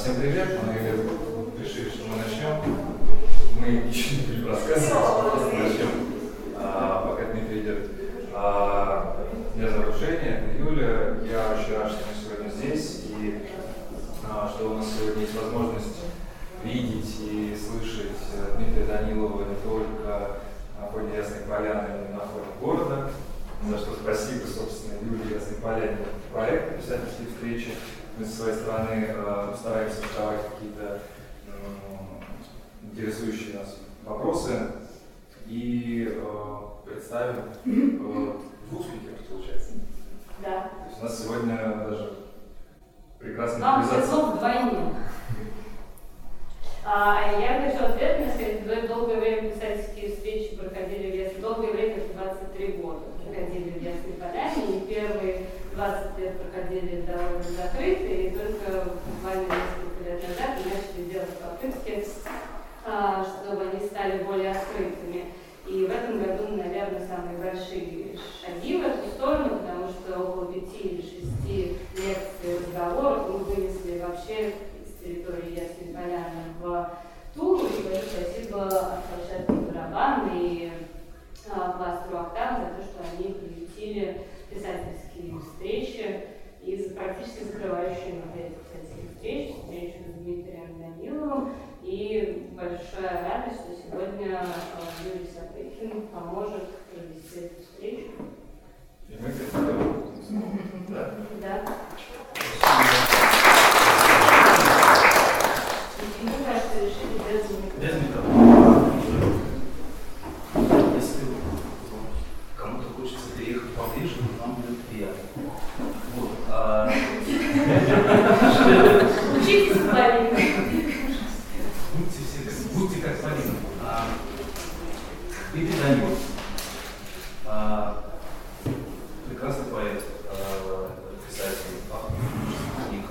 Всем привет, мы решили, что мы начнем. Мы ничего не будем рассказывать, просто начнем, пока Дмитрий идет. Меня зовут Женя, это Юля. Я очень рад, что мы сегодня здесь, и что у нас сегодня есть возможность видеть и слышать Дмитрия Данилова не только на фоне Ясной Поляны, но и на фоне города. За что спасибо, собственно, Юле Ясной Поляне проект писательские встречи. Мы со своей стороны стараемся задавать какие-то интересующие нас вопросы и представим двух спикеров, получается. Да. То есть у нас сегодня даже прекрасная Вам импровизация. повезло вдвойне. Я хочу ответно сказать, долгое время писательские встречи проходили в Ясной, долгое время, 23 года, проходили в Ясной Поляне, и первые 20 лет проходили довольно закрыто, и только буквально несколько лет назад мы начали делать попытки, чтобы они стали более открытыми. И в этом году, наверное, самые большие шаги в эту сторону, потому что около 5 или 6 лекций и разговоров мы вынесли вообще с территории Ясной Поляны в Тулу. И большое спасибо площадке «Барабан» и кластеру «Октав» за то, что они приютили писательские встречи и практически закрывающие модель писательских встреч, встречу с Дмитрием Даниловым. И большая радость, что сегодня Юрий Сапрыкин поможет провести эту встречу. И мы представим. Да? Да. Мне кажется, решили без микрофона. Если кому-то хочется переехать поближе, то нам будет приятно. Вот. Учитесь с Полиной. Будьте как Полина. Дмитрий Данилов. Прекрасный поэт, писатель, автор книг.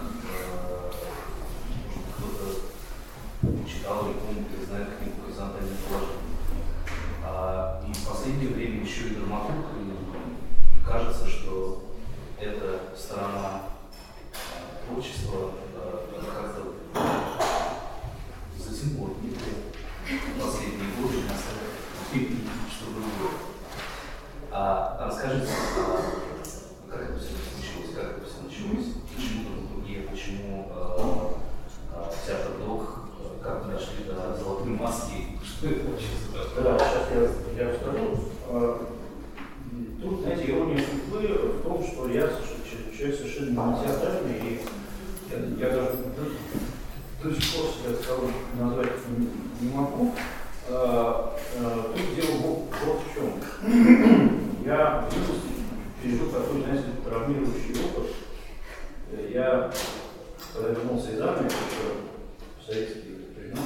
Кто-то читал или помнит, или знает книгу «Горизонтальное положение». И в последнее время еще и драматург, и кажется, что эта сторона творчества как-то затянула Дмитрия в последние годы, не оставила что другое. Расскажите, как это все началось, почему драматургия, почему театр ДОК, как мы дошли до золотой маски, что это вообще за Да, сейчас я расскажу. Тут, знаете, ирония судьбы в том, что я человек совершенно не театральный, и я даже до сих пор себя таковым назвать не могу. Тут дело вот в чем. Я пережил такой, знаете, травмирующий опыт. Я, когда вернулся из армии, в советские времена,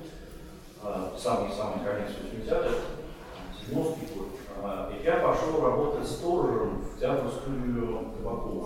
самый конец 80-х, 90-й год, и я пошел работать сторожем в театр-студию Кабакова.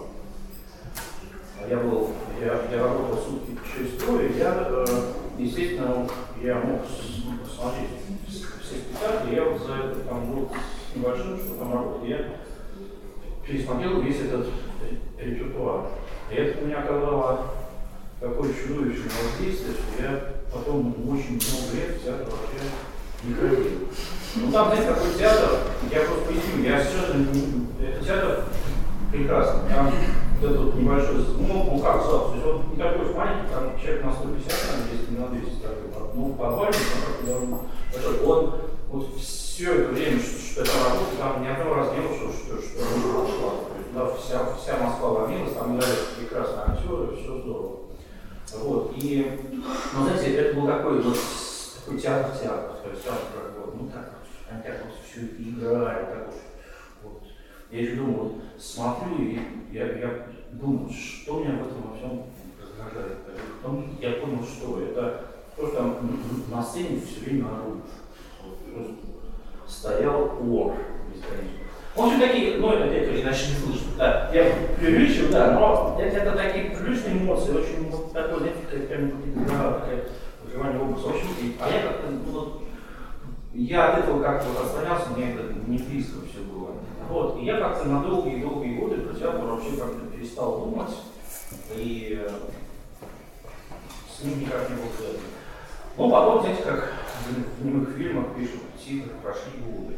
Я работал сутки через трое, естественно, я мог смотреть все спектакли, я вот за это там был небольшим, что там работал, я пересмотрел весь этот репертуар. И это у меня оказало такое чудовищное воздействие, что я потом очень много лет в театр вообще не ходил. Ну там, знаете, такой театр, я просто поясню, я совершенно не... Театр прекрасный, там вот этот вот небольшой, ну как зал, то есть он не такой маленький, там человек на 150, если не на 200, такой, ну подвальный, он довольно большой. Он вот все это время, что это работа, там ни одного раза не было, что не прошла. То есть вся Москва ломилась, там играли прекрасные актеры, все здорово. Вот, и, ну знаете, это был такой вот такой театр, то есть театр как бы, ну так, они так вот все это играли, так вот. Я еще думаю, вот смотрю, и я думаю, что меня в этом во всем раздражает. Потом я понял, что это то, что там на сцене все время орут. Вот, стоял ор бесконечно. В общем, такие, ну это я иначе не слышу. Да, я преувеличил, да, но это такие приличные эмоции, очень вот такой, знаете, какая-то такая выживание образа. В общем, я как-то, ну, вот, я от этого как-то вот отстранялся, мне это не близко все было. Вот, и я как-то на долгие-долгие годы про театр вообще как-то перестал думать. И ним никак не был связан. Ну, потом, знаете, как в немых фильмах пишут, тихо, прошли годы.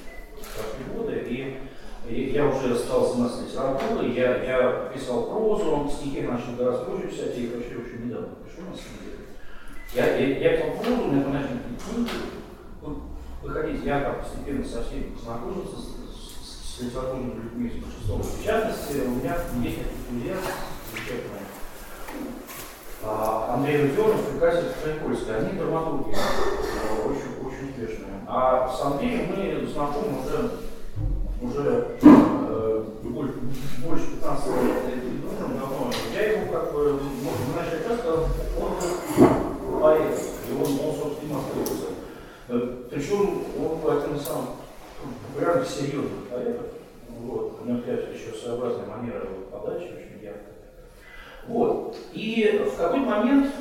И я уже стал заниматься литературой, я писал прозу, стихи начал гораздо позже писать, я их вообще очень недавно пишу, на самом деле. Я писал прозу, у меня там начали книги выходить, я там постепенно со всеми познакомился, с литературными людьми из большинства. В частности, у меня есть такие друзья замечательные. Андрей Рудёнов и Катя Троекольская, они драматурги, очень успешные. А с Андреем мы знакомы уже больше 15 лет, дружим давно. Я его как бы, в начале сказал, он был поэт, и он собственно, остается. Причем он был один из самых популярных серьезных поэтов. Вот. У него, опять еще своеобразная манера подачи, очень яркая. Вот. И в какой-то момент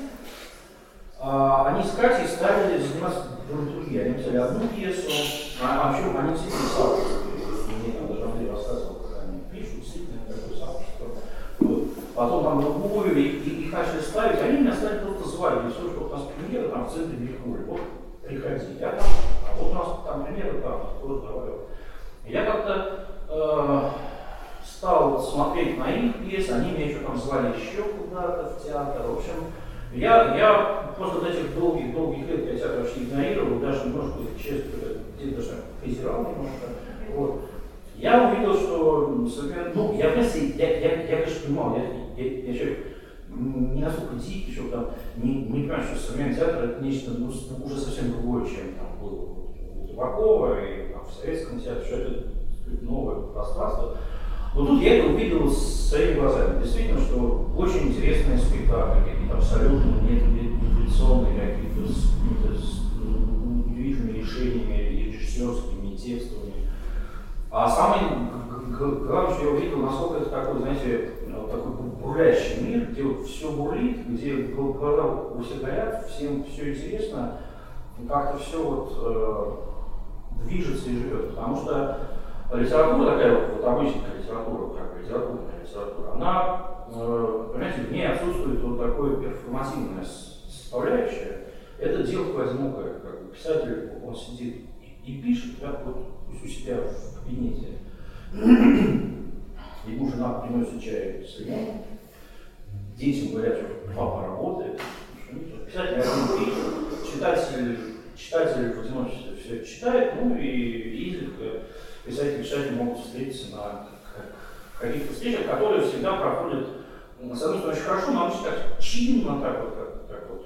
они с Катей стали заниматься драматургией. Они писали одну пьесу, а в чем они действительно сообщество. Мне там даже Андрей рассказывал, как они пишут, действительно такое сообщество. Вот. Потом там другую, и их начали ставить, они меня стали просто звать. И все, что у нас премьера там в центре Мелькуль. Вот приходи. Я там, а вот у нас там премьера там, тоже давай. Я как-то стал смотреть на их пьесы, они меня еще там звали еще куда-то в театр. В общем, я после вот этих долгих лет я театр вообще игнорировал, даже немножко, честно, где-то даже презирал немножко. Вот. Я увидел, что ну, я, конечно, понимал, я человек не настолько дикий, что там не понимаю, что современный театр это нечто уже совсем другое, чем там было у Табакова и там, в советском театре, что это новое пространство. Но тут я это увидел своими глазами. Действительно, что очень интересные спектакли, какие-то абсолютно нетрадиционные, какие-то с удивительными решениями, и режиссерскими, и текстовыми. А самое главное, что я увидел, насколько это такой, знаете, такой бурлящий мир, где вот все бурлит, где глаза у всех горят, всем все интересно, как-то все вот движется и живет. Потому что литература такая, вот обычная литература, как литературная литература, она, понимаете, в ней отсутствует вот такое перформативное составляющее. Это дело одинокое, как бы писатель, он сидит и пишет, как вот у себя в кабинете. Ему жена приносит чай с лимоном, детям говорят, что папа работает, писатель один пишет, читатель в одиночестве все это читает, ну и изредка писатели могут встретиться на каких-то встречах, которые всегда проходят, с одной стороны, очень хорошо, но очень так чинно, так вот.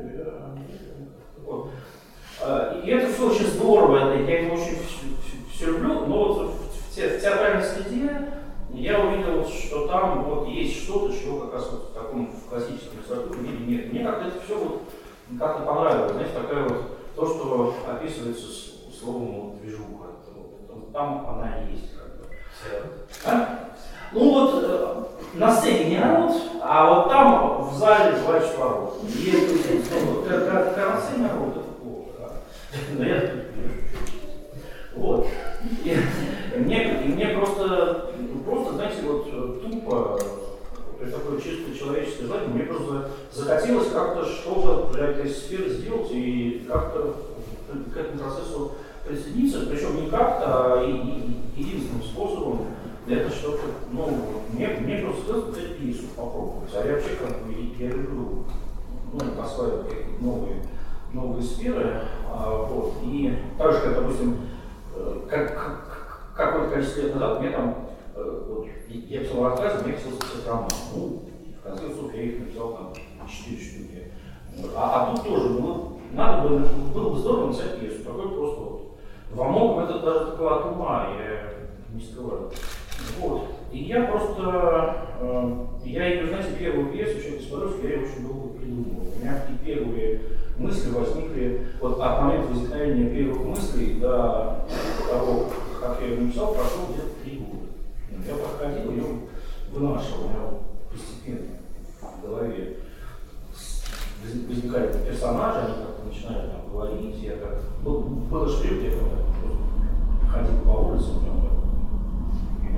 Вот. И это все очень здорово, я его очень все люблю, но вот в театральной среде я увидел, что там вот есть что-то, чего как раз вот в таком в классическом литературе виде нет. Мне как-то это все вот как-то понравилось, знаете, такая вот то, что описывается словом движуха. Там она есть как бы. А? Ну вот на сцене не народ, а вот там в зале 2 человека. И на сцене народ, это плохо. Но я вот. И мне просто, знаете, вот тупо, то есть такое чисто человеческое желание, мне просто захотелось как-то что-то для этой сферы сделать и как-то к этому процессу присоединиться, причем не как-то, а единственным способом это что-то новое. Мне просто сказать, вот эти пьесу попробовать. А я вообще как бы я люблю осваивать какие-то новые сферы. Вот. И так же, как, допустим, какое-то количество лет назад мне там, вот, я писал рассказы, мне хотелось писать роман. Ну, в конце концов, я их написал там 4 штуки. А тут тоже, было бы здорово написать пьесу, такой просто вот. Во многом это даже такое от ума, я не скрываю. Вот. И я просто, я ее, знаете, первую пьесу, «Человек из Подольска», я ее очень долго придумывал. У меня такие первые мысли возникли, вот от момента возникновения первых мыслей до того, как я ее написал, прошло где-то 3 года. Я проходил, ее вынашивал, у меня постепенно в голове возникают персонажи, они как-то начинают там говорить, я так... Было же время, я просто ходил по улице, и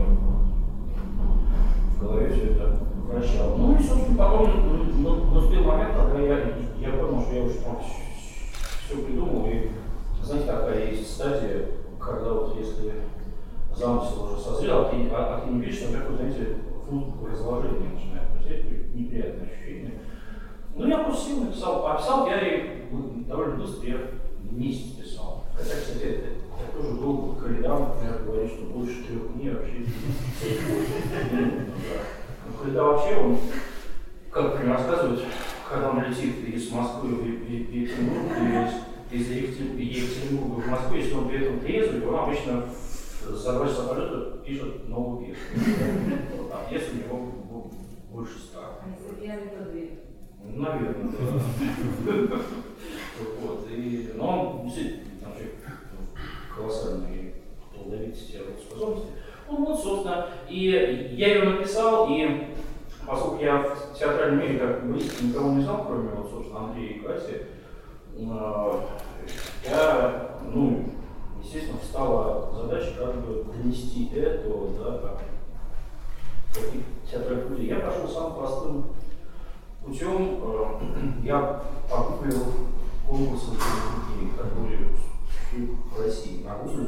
в голове все это вращало. Ну и, собственно, потом наступил момент, когда я понял, что я уже там все придумал, и знаете, такая есть стадия, когда вот если замысел уже созрел, а ты не видишь, что такое, знаете, разложение начинает, это неприятное ощущение. Ну, я просто сильно написал, а писал я и довольно быстро, я месяц писал. Хотя, кстати, это тоже долго. Калидан, например, говорит, что больше 3 дней вообще не. Калидан вообще, он, как мне рассказывают, когда он летит из Москвы в Екатеринбург, из Екатеринбурга в Москву, если он при этом трезвый, он обычно за 2 часа полета пишет новую песню. А пьес у него больше 100. Наверное, да. Вот. Но он действительно вообще колоссальный плодовитости и способности. Ну вот, собственно, и я ее написал, и поскольку я в театральном мире как близко никого не знал, кроме вот, собственно, Андрея и Кати, я, естественно, встала задача как бы донести это до каких-то театральных людей. Я пошел самым простым путем, я погуглил конкурсы, которые в России. Нагуглил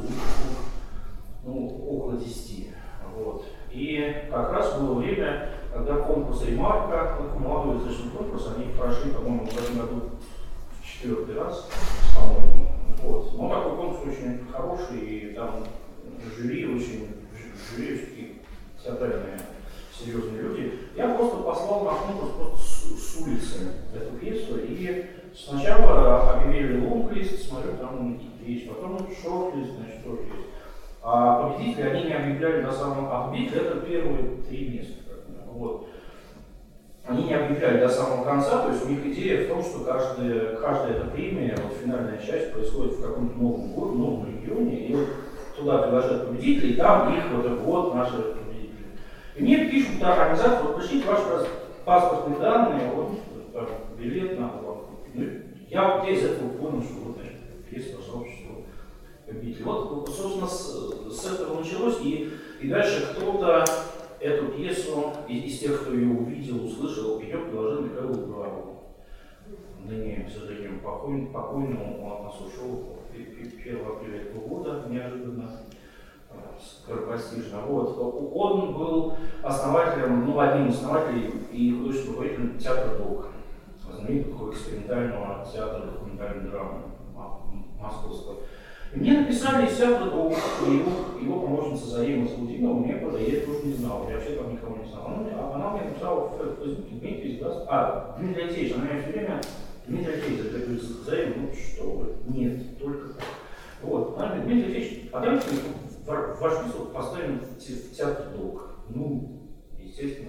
около 10. Вот. И как раз было время, когда конкурс «Ремарка», молодой достаточно конкурс, они прошли, по-моему, в этом году в 4-й раз, по-моему. Вот. Но такой конкурс очень хороший, и там жюри очень театральные, серьезные люди. Я просто послал на конкурс просто с улицы эту пьесу, и сначала объявили лонг-лист, смотрю, там есть, потом шорт-лист, значит, тоже есть. А победители они не объявляли до самого... победители это первые 3 места. Вот. Они не объявляли до самого конца, то есть у них идея в том, что каждая эта премия, вот финальная часть, происходит в каком-то новом городе, новом регионе, и вот туда приглашают победителей, и там их вот наши победители. И мне пишут, да, организация, вот пришлите ваши паспортные данные, вот там, билет на вам. Я из этого понял, что вот, значит, пьеса должна существовать. Победитель. Вот, собственно, с этого началось, и дальше кто-то эту пьесу из тех, кто ее увидел, услышал, ее предложил Михаилу Бурову. Ныне, к сожалению, покойному, он от нас ушел 1 апреля этого года, неожиданно, скоропостижно. Вот. Он был основателем, одним из основателей и художественным руководителем театра ДОК, знаменитого экспериментального театра документальной драмы московского. И мне написали из театра ДОК, его помощница Зарема Слудинова, мне когда я это тоже не знал, я вообще там никого не знал. Она мне написала в Фейсбуке: Дмитрий, Дмитрий Алексеевич, она меня все время, Дмитрий Алексеевич, я говорю, Зарема, что вы, нет, только так. Вот, она говорит: Дмитрий Алексеевич, а давайте ваш писал поставим в театр ДОК. Естественно,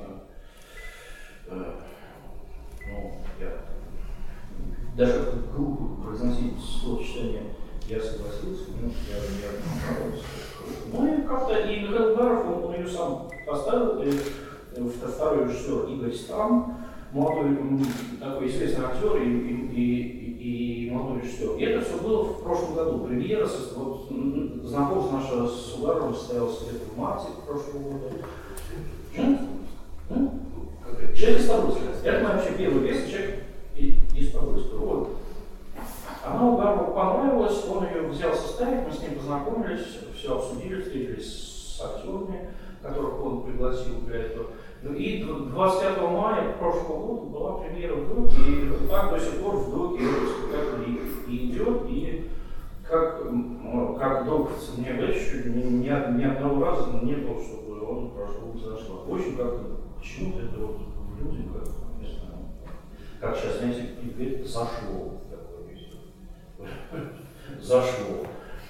я даже группу произносить словосочетание я согласился, я понравился. И как-то, и Михаил Баров, он ее сам поставил, второй режиссер Игорь Стан, молодой, такой известный актер и молодой режиссер. И это все было в прошлом году. Премьера, вот, знакомство наше с Угаровым состоялось где-то в марте прошлого года. Человек из Подольска. Это моя вообще первая песня, человек из Подольска. Вот. Она Угарову понравилась, он ее взял составить, мы с ним познакомились, все обсудили, встретились с актерами, которых он пригласил для этого. И 25 мая прошлого года была премьера в ДОКе, и так до сих пор в ДОКе этот спектакль и идет, и как ДОК мне говорит, ни одного раза не было, чтобы он прошел зашло. В общем, как почему-то это вот люди, как сейчас, знаете, говорит, зашло. Зашло.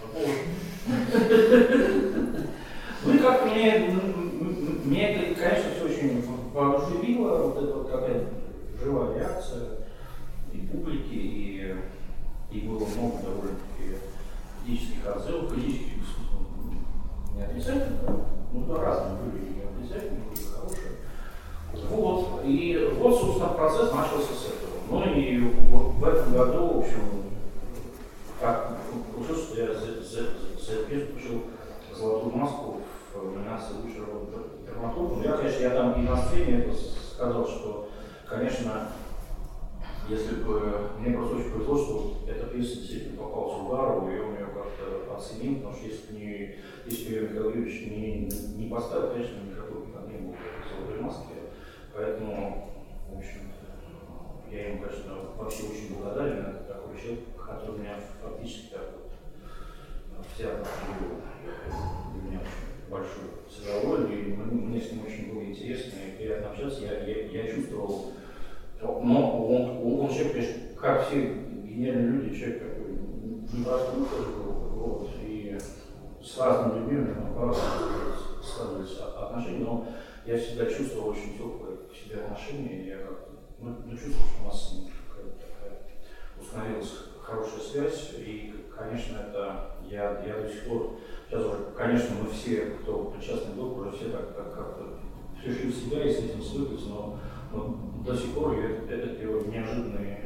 Ну и как мне это, конечно, все очень воодушевило, вот эта вот какая-то живая реакция и публики, и было много довольно-таки критических отзывов, критических не отрицательных, разные были и отрицательные, были хорошие. Вот, и вот, собственно, процесс начался с этого. Ну и вот в этом году, в общем, как получилось, что я за эту пьесу получил золотую маску в номинации лучшего драматурга. Я там и на сцене это сказал, что, конечно, если бы мне просто очень повезло, что эта пьеса действительно попала в Сугарову, и он ее как-то оценил, потому что если Юрий Михайлович не поставил, конечно, никакой не было в «Золотой маске». Поэтому, в общем, я ему, конечно, вообще очень благодарен. Это такой человек, который меня фактически так вот в театр привел. Для меня очень большой сыграл роль, и мне с ним очень было интересно и приятно общаться. Я чувствовал, но он человек, конечно, как все гениальные люди, человек такой непростой тоже был, вот, и с разными людьми у него по-разному складывались отношения, но я всегда чувствовал очень теплое к себе отношение, и я как-то чувствовал, что у нас с ним такая установилась хорошая связь, и, конечно, это я до сих пор, сейчас уже, конечно, мы все, кто причастны к духу, уже все так как-то пришли в себя и с этим свыклись, но до сих пор этот его неожиданный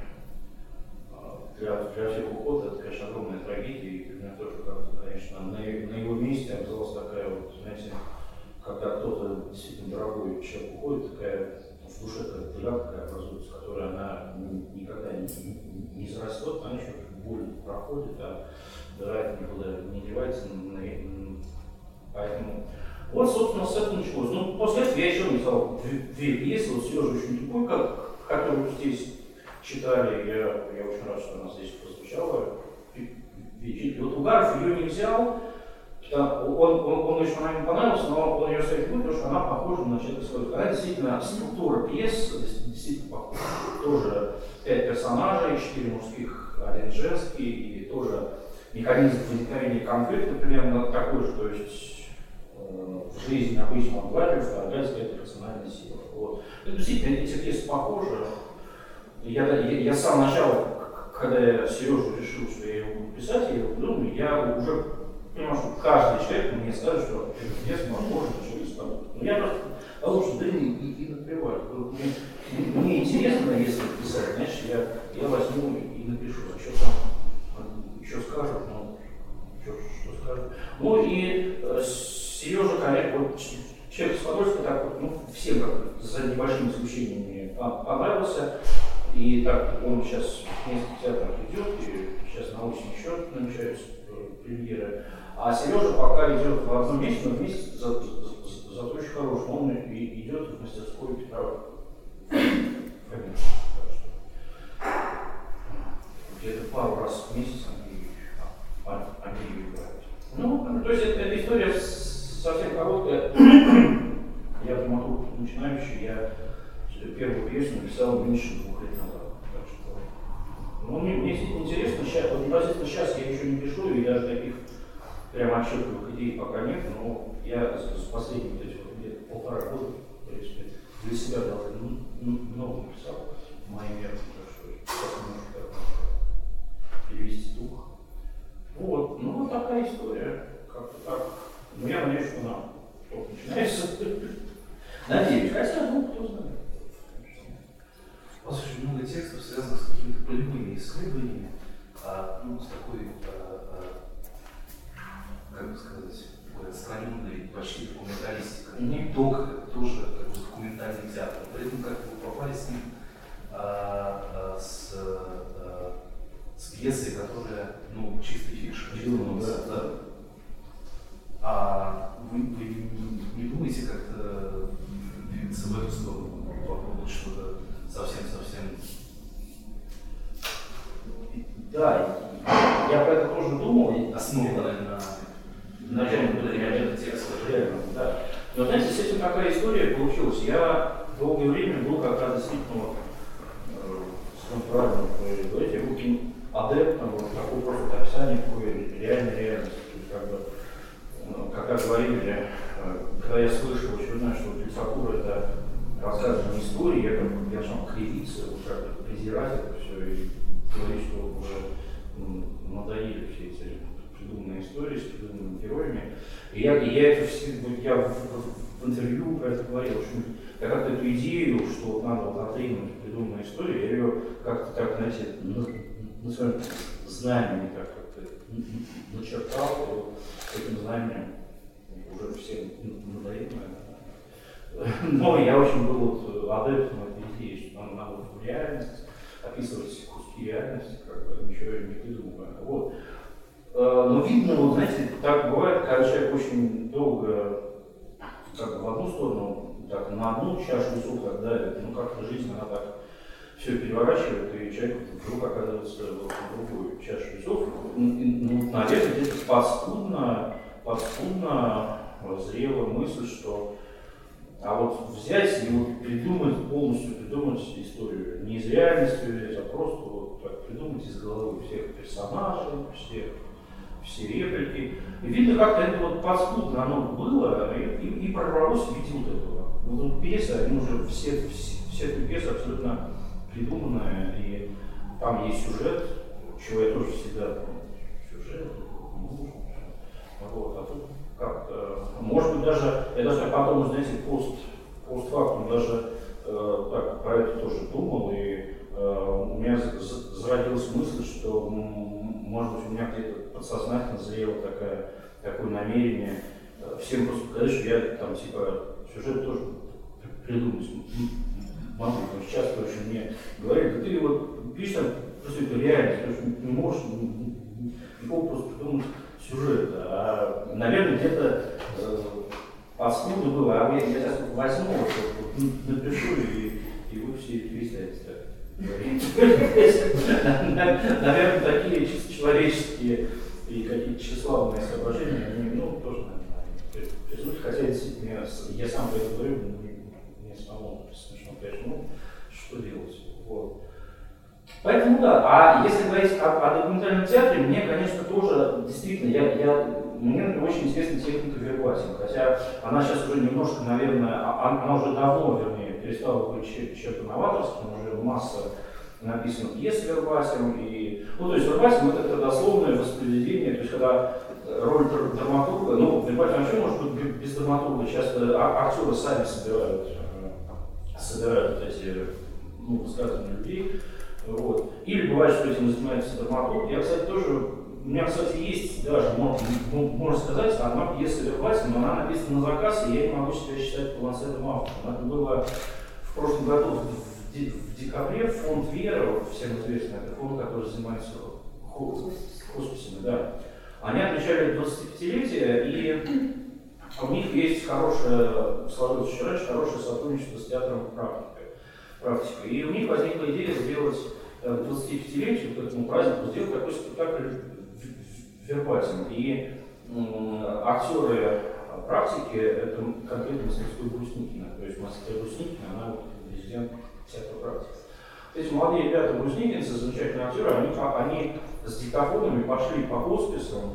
для всех уход, это, конечно, огромная трагедия, и для меня тоже как-то, конечно, на его месте оказалась такая вот, знаете, когда кто-то действительно дорогой человек уходит, такая в душе такая дыра такая образуется, которая она никогда не зарастет, она еще боль проходит, а дыра никуда не девается. Поэтому вот, собственно, с этого началось. Ну, после этого я еще написал две пьесы, вот Сережа очень тупой, которую здесь читали, я очень рад, что она здесь прозвучала. Вот Угаров ее не взял, он очень мне понравился, но он ее ставит будет, потому что она похожа на человека своего. Она действительно, структура пьес действительно похожа. Тоже 5 персонажей, 4 мужских, 1 женский, и тоже механизм возникновения конфликта примерно такой же, то есть в жизни обычного обывателя вторгается какая-то персональная сила. Вот. Ну, действительно, эти пьесы похожи. Я с самого начала, когда я Сережу решил, что я его буду писать, я его придумал, я уже понимаю, что каждый человек мне скажет, что эта пьеса похожа на человека с тобой. Но я просто сказал, что да и наплевать. Мне интересно, если писать, значит, я возьму и напишу, а что там еще скажут, ну, что скажут. Ну и Сережа, конечно, вот человек с Подольска такой, ну, всем как за небольшими исключениями понравился. И так он сейчас в несколько театрах идет, и сейчас на осень еще намечаются премьеры. А Сережа пока идет в одном месте, но вместе зато очень хороший. Он и идет в мастерскую Петра Фомина. Где-то пару раз в месяц они играют. Ну, то есть эта история совсем короткая. Я драматург начинающий, я первую пьесу написал меньше 2 лет назад. Так что, ну, мне действительно интересно, сейчас, вот непосредственно сейчас я еще не пишу, и даже таких прям отчетливых идей пока нет, но я с последних где-то 1,5 года, в принципе, для себя много написал в моей мере, так что сейчас немножко перевести дух. Вот, ну вот такая история, как-то так. Ну я надеюсь, что она только начинается. Надеюсь, хотя, ну, кто знает. У вас очень много текстов, связанных с какими-то полевыми исследованиями, ну, с такой, как бы сказать, отстраненной почти документалистикой. И ТОК — это тоже такой документальный театр. При этом как вы попали с ним с пьесой, которая, ну, чистый фикшн. Да. А вы не думаете как-то двигаться в эту сторону, попробовать что-то совсем-совсем? Да, я про это тоже думал. Основанное на реальном тексте. Да. Но знаете, с этим какая история получилась. Я долгое время был как раз действительно, правильно говорить, я был таким адептом, вот такое просто описание такой реальной реальности. Как бы, когда говорили, когда я слышал очередное, что литература — это рассказывание истории, я начал кривиться, как-то презирать это все и говорить, что уже надоели все эти придуманные истории с придуманными героями. И я это все, я в интервью про это говорил, в общем, я как-то эту идею, что надо отринуть придуманную историю, я ее как-то так, знаете, на своем знании так как-то начертал, этим знанием уже всем надоело, наверное. Но я очень был вот адептом этой идеи, что нам надо в реальность, описывать куски реальности, как бы ничего не придумывая. Вот. Но видно, вот знаете, так бывает, когда человек очень долго как бы в одну сторону, так, на одну чашу весов так давит, ну как-то жизнь, она так все переворачивает, и человек вдруг оказывается вот в другую чашу весов. Ну, наверное, где-то подспудно зрела мысль, что а вот взять и вот придумать, полностью придумать историю, не из реальности взять, а просто вот так придумать из головы всех персонажей, все реплики. И видно, как-то это вот подспудно оно было, и прорвалось в виде вот этого. Вот пьеса, они уже все эти пьесы абсолютно придуманная, и там есть сюжет, чего я тоже всегда помню. Сюжет, нужно. Вот, а тут как-то, может быть, даже, я даже потом, знаете, постфактум даже так, про это тоже думал, и у меня зародилась мысль, что, может быть, у меня где-то подсознательно зрело такое намерение всем просто показать, что я там, типа, сюжет тоже придумать могу. Часто очень мне говорят, да ты вот пишешь там просто это реальность, потому что не можешь никого просто придумать сюжет. А, наверное, где-то подспудно было, а я сейчас возьму, вот, напишу, и вы все перестанете так говорить. Наверное, такие чисто человеческие и какие-то тщеславные соображения, они, ну, тоже, наверное, присутствуют. Хотя, действительно, я сам по этому говорю, мне самому смешно, конечно, ну, что делать. Вот. Поэтому да, а если говорить о документальном театре, мне, конечно, тоже, действительно, мне, например, очень интересна техника вербатинга, хотя она сейчас уже немножко, наверное, она уже давно, вернее, перестала быть чем-то новаторским, уже масса написано пьес вербатим, и, ну, то есть вербатим это дословное воспроизведение, то есть когда роль драматурга, ну, вербатим вообще может быть без драматурга, часто актеры сами собирают эти, ну, высказывания людей. Вот. Или бывает, что этим занимается драматург. Я, кстати, тоже, у меня, кстати, есть даже, можно сказать, одна пьеса вербатим, но она написана на заказ, и я не могу себя считать полноценным автором. Это было в прошлом году, в декабре, фонд Вера, всем известный, это фонд, который занимается хосписами, да. Они отмечали 25-летие, и у них есть сложилось еще раньше, хорошее сотрудничество с театром практика. И у них возникла идея сделать 25-летию, к этому празднику, сделать такой спектакль вербатим. И актеры практики, это конкретно мастерской Брусникина. То есть мастерская Брусникина, она вот президент театра практики. Эти молодые ребята брусникинцы, замечательные актеры, они с диктофонами пошли по хосписам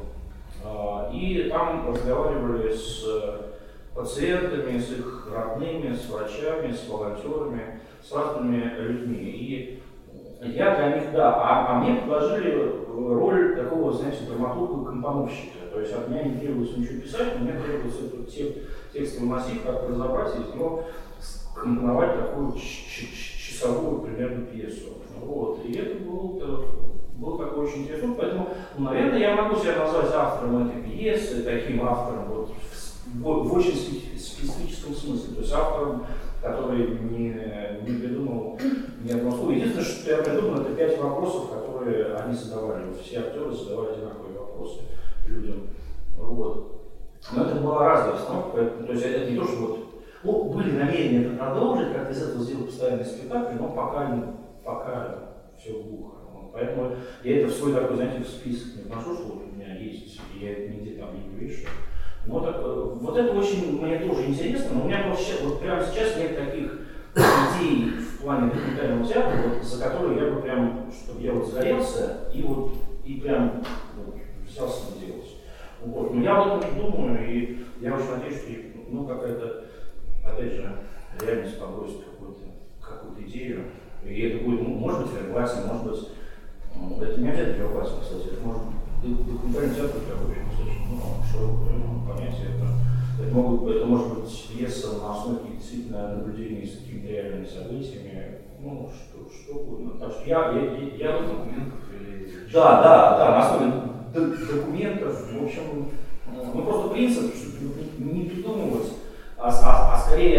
и там разговаривали с пациентами, с их родными, с врачами, с волонтерами, с разными людьми. И я для них, да, а мне предложили роль такого, знаете, драматурга-компоновщика. То есть от меня не требовалось ничего писать, но мне требовалось этот текстовый массив, как разобрать и из него компоновать такую часовую примерно пьесу. Вот. И это был такой очень интересный. Поэтому, наверное, я могу себя назвать автором этой пьесы, таким автором вот, в очень специфическом смысле. То есть автором, который не придумал ни одного слова. Единственное, что я придумал, это 5 вопросов, которые они задавали. Вот все актеры задавали одинаковые вопросы людям. Вот. Но это была разная установка, то есть это не то, что вот были намерения это продолжить, как-то из этого сделать постоянный спектакль, но пока все глухо. Поэтому я это в свой такой, знаете, в список не вношу, что вот у меня есть, и я это нигде там не вижу. Но так, вот это очень мне тоже интересно, но у меня вот прямо сейчас нет таких идей в плане документального театра, вот, за которые я бы прям, чтобы я вот загорелся и прям вот, взялся делать. Вот. Но я об этом думаю, и я очень надеюсь, что ну, какая-то, опять же, реальность погрузит какую-то идею. И это будет, ну, может быть, вербатим, может быть, это не обязательно вербатим, кстати, это может быть документальный театр такой, достаточно широкое понятие. Это может быть пьеса на основе действительно наблюдений с какими-то реальными событиями, ну, что угодно. Так что я документов или... Да, на основе документов, в общем, ну просто принцип, что не придумывать, а скорее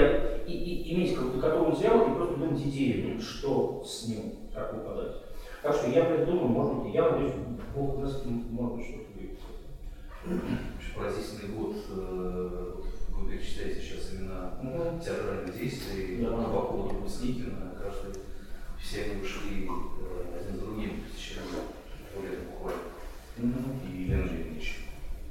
иметь какой-то готовый материал и просто думать идею, что с ним, как его подать. Так что я придумаю, может быть, я надеюсь, Бог даст, может быть, что-то будет. Поразительный год. Вы перечисляете сейчас именно театральные действия, Табакова, Сникина, каждый, все они ушли один за другим, сейчас более буквально. И Елена Ильич.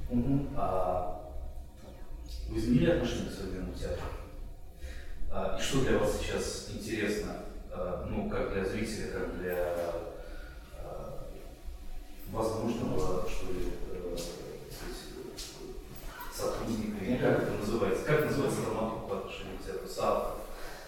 Вы изменили отношение к современному театру? И что для вас сейчас интересно, ну, как для зрителя, как для возможного, что ли, сотрудника, или как это называется? Как называется драматург по отношению к театру, соавтор?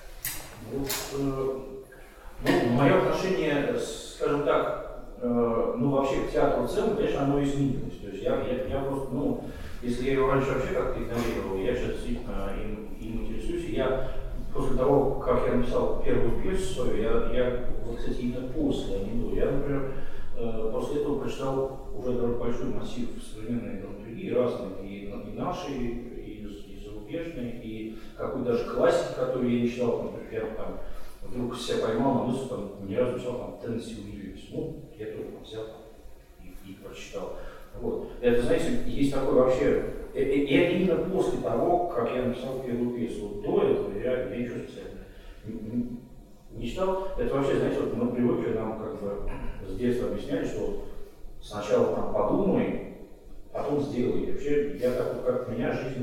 Мое отношение, скажем так, вообще к театру в целом, конечно, оно изменилось. То есть я просто, если я его раньше вообще как-то игнорировал, я сейчас действительно им интересуюсь. И я после того, как я написал первую пьесу свою, я кстати, именно после, а не до, я, например, после этого прочитал уже довольно большой массив современной драматургии, разных, и нашей, и зарубежной, и какой-то даже классики, которую я не читал, например, там, вдруг себя поймал на мысли, там, ни разу не читал, там, Теннесси Уильямс, я тоже там взял и прочитал. Вот. Это, знаете, есть такое вообще, это именно после того, как я написал первую пьесу. Вот до этого я ничего специально не читал. Это вообще, знаете, вот мы привыкли, нам как бы с детства объясняли, что сначала там подумай, потом сделай. И вообще, я так вот, как меня жизнь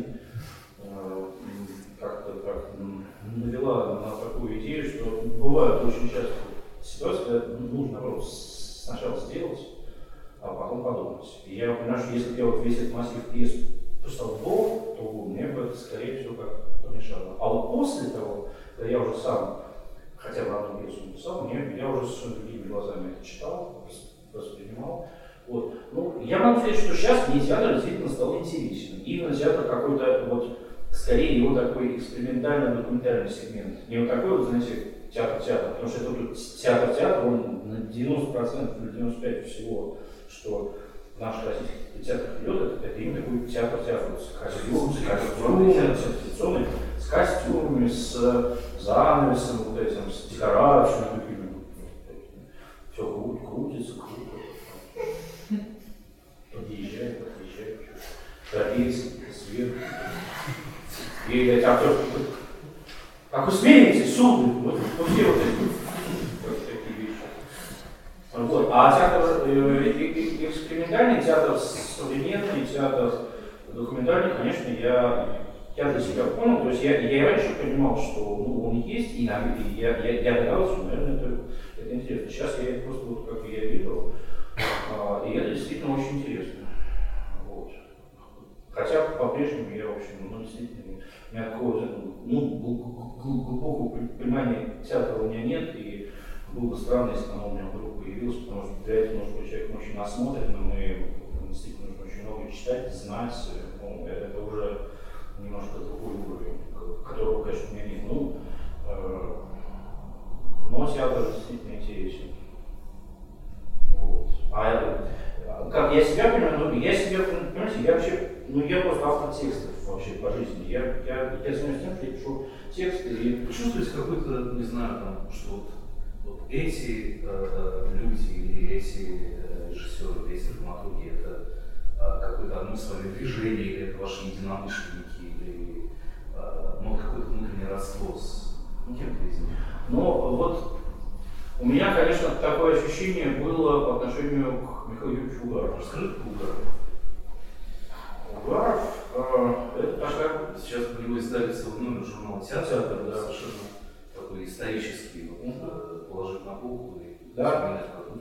как-то так навела на такую идею, что бывают очень часто ситуации, когда нужно, наоборот, сначала сделать, а потом подумать. И я понимаю, что если бы я вот весь этот массив пьес писал до, то мне бы это, скорее всего, как помешало. А вот после того, когда я уже сам хотя бы одну пьесу написал, я уже совершенно другими глазами это читал, воспринимал. Вот. Я могу сказать, что сейчас мне театр действительно стал интересен. Именно театр какой-то, вот, скорее его такой экспериментально-документальный сегмент. Не вот такой вот, знаете, театр-театр, потому что это вот театр-театр, он на 90%, на 95% всего, что наш российский театр ведет, это именно такой театр-театр с костюмами, с костюмами, с занавесом, вот этим, с декорациями, все крутится, подъезжает, тропится, свет. И эти актеры, как вы смеетесь, суды, вот все вот эти такие вещи. Вот. А театр экспериментальный, театр современный, театр документальный, конечно, я для себя понял, то есть я и раньше понимал, что он есть, и я догадался, что, наверное, это интересно. Сейчас я просто вот как я видел, и это действительно очень интересно. Вот. Хотя по-прежнему я, в общем, действительно, у меня такого глубокого понимания театра у меня нет, и было бы странно, если оно у меня вдруг появилось, потому что для этого нужно быть человеком очень насмотренным, и действительно нужно очень много читать, знать, это уже немножко другой уровень, которого, конечно, у меня нет. Но театр действительно интересен. Вот. Как я себя понимаю, понимаете, я вообще, я просто автор текстов вообще по жизни. Я занимаюсь тем, что я пишу тексты и... Чувствуете какой-то, не знаю, там, что вот эти люди или эти режиссеры, эти драматурги, это какое-то одно с вами движение, или это ваши единомышленники, или какое-то внутреннее родство с кем-то из них? Вот у меня, конечно, такое ощущение было по отношению к Михаилу Юрьевичу Угарову. Расскажите про Угарова. Угаров, это такая... Сейчас по него издается номер журнала «Театр», да. Совершенно такой исторический, положить на полку и да.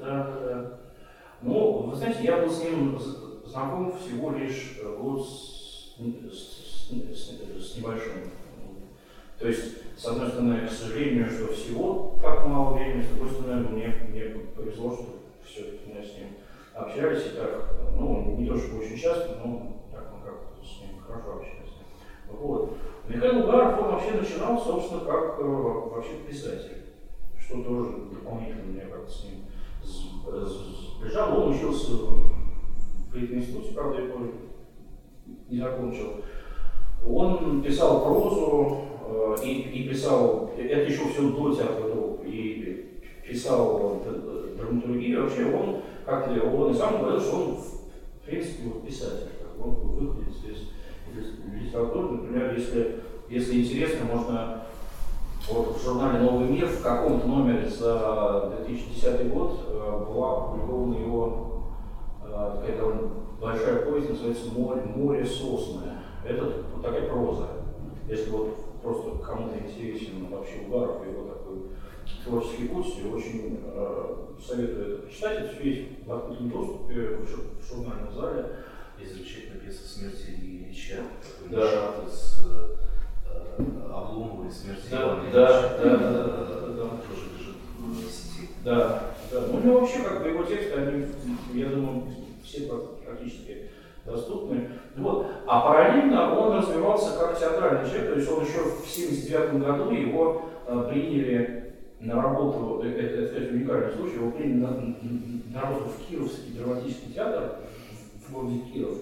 Вы знаете, я был с ним знаком всего лишь год с небольшим. То есть, с одной стороны, к сожалению, что всего так мало времени, с другой стороны, мне повезло, что все-таки мы с ним общались и так, не то чтобы очень часто, но так мы как-то с ним хорошо общались. Вот. Михаил Угаров, он вообще начинал, собственно, как вообще писатель, что тоже дополнительно меня как-то с ним сближал. Он учился в Литинституте, правда, его не закончил. Он писал прозу, и писал, это еще все до театра «Друг», и писал драматургию. Вообще он, как он и сам говорил, что он в принципе писатель, он выходит из литературы. Например, если интересно, можно вот в журнале «Новый мир» в каком-то номере за 2010 год была опубликована его такая довольно большая повесть, называется «Море сосное». Это вот такая проза. Если вот просто кому-то интересен вообще Угаров и его такой творческий путь, очень советую это почитать. Это все есть в открытом доступе в журнальном зале. Есть замечательная пьеса «Смерти Ильича», Да. который из Обломова и «Смерти Ивана Ильича». Тоже лежит в сети. Да. Ну, у него вообще, как бы, его тексты, они, я думаю, все практически доступны. Вот. А параллельно он развивался как театральный человек, то есть он еще в 1979 году его приняли на работу, это уникальный случай, его приняли на работу в Кировский драматический театр в городе Киров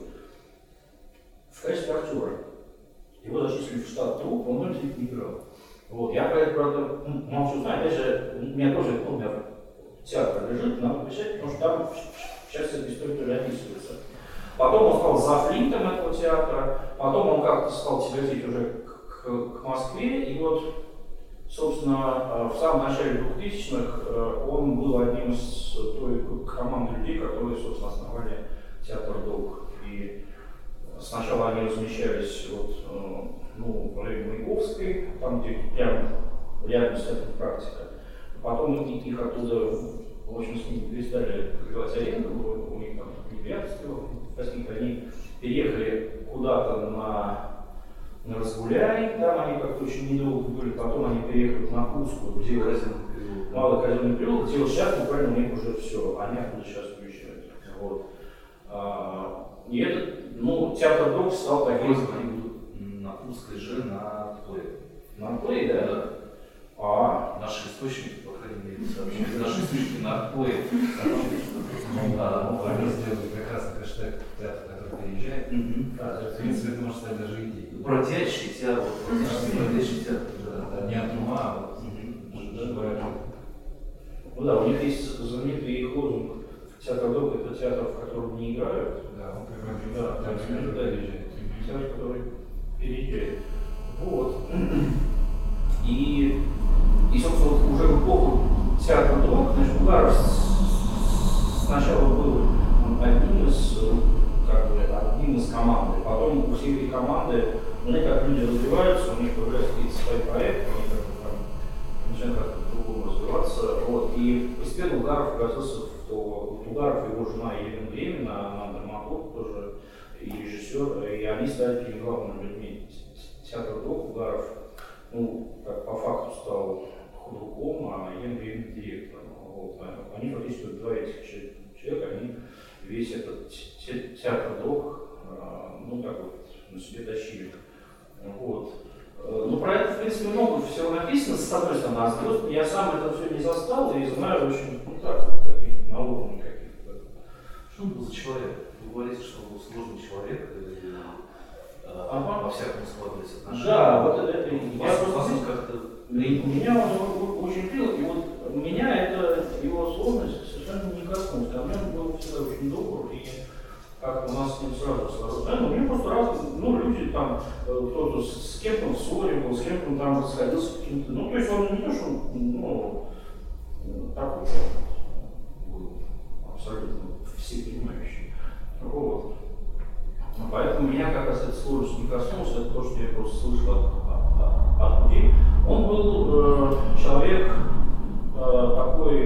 в качестве актера. Его зачислили в штат труппы, он действительно играл. Вот. Я про это, правда, молчу знаю, опять же, у меня тоже номер театра лежит, надо писать, потому что там сейчас эта история тоже описывается. Потом он стал завлитом этого театра, потом он как-то стал тяготеть уже к Москве, и вот, собственно, в самом начале 2000-х он был одним из той команды людей, которые, собственно, основали театр «Долг». И сначала они размещались вот, в районе Маяковской, там, где прямо рядом с этой практикой. Потом их оттуда, в общем, с ними перестали покрывать аренду, у них там неприятности возникли, они переехали куда-то на Разгуляй, там они как-то очень недолго были, потом они переехали на Курскую, где Малый Казенный переулок, где вот сейчас буквально у них уже все, они оттуда сейчас уезжают. Вот. И этот, театр «Друг» стал таким... Они будут на Курской же на Плее. На Плее, да? Да. Наши источники, по крайней мере, сообщили. Наши источники на Плее. Они сделали прекрасный хэштег театр, который переезжает. В принципе, это может стать даже идеей. Бродячий театр. Бродячий театр. Не от ума, а вот живая жизнь. Ну да, у них есть знаменитый лозунг «Театр «Друг» — это театр, в котором не играют». Да, он превратился театр, который переезжает. Вот. И собственно, вот уже в эпоху театра «Друг», значит, Угаров сначала был одним из команды, потом у всей этой команды, как люди развиваются, у них появляются какие-то свои проекты, они начинают как-то по-другому развиваться. Вот. И постепенно Угаров превратился Угаров и его жена Елена Бремена, она драматург тоже и режиссер, и они стали такими главными людьми театра «Друг». Угаров, как по факту стал худруком, а Елена Бремена директором. Вот. Они фактически два этих человека, они весь этот театр «Друг» так вот на себе тащили. Вот. Про это, в принципе, много всего написано, с одной стороны, а с другой стороны, я сам это все не застал и знаю очень, такие на уровне каких-то. Что он был за человек? Вы говорите, что он был сложный человек, по-всякому складывались отношения. Да, вот это я просто как-то... Меня он очень любил, и вот меня это его сложность совершенно не коснулась. А мне он был всегда очень добр, и как у нас с ним сразу сложилось. У меня просто разные, люди там, кто-то с кем-то в ссоре был, с кем-то он там расходился каким-то. То есть он не то, что такой был абсолютно всепринимающий. Вот. Поэтому меня как раз эта сложность не коснулась, это то, что я просто слышал от людей. Он был человек такой,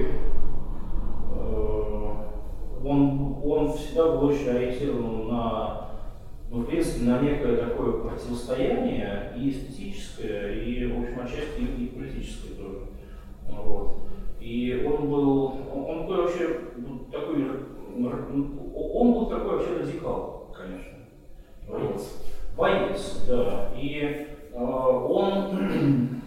он всегда был очень ориентирован в принципе, на некое такое противостояние и эстетическое, и, в общем, отчасти и политическое тоже. Вот. И он был вообще такой, он был такой вообще радикал, конечно. Боец, да. И он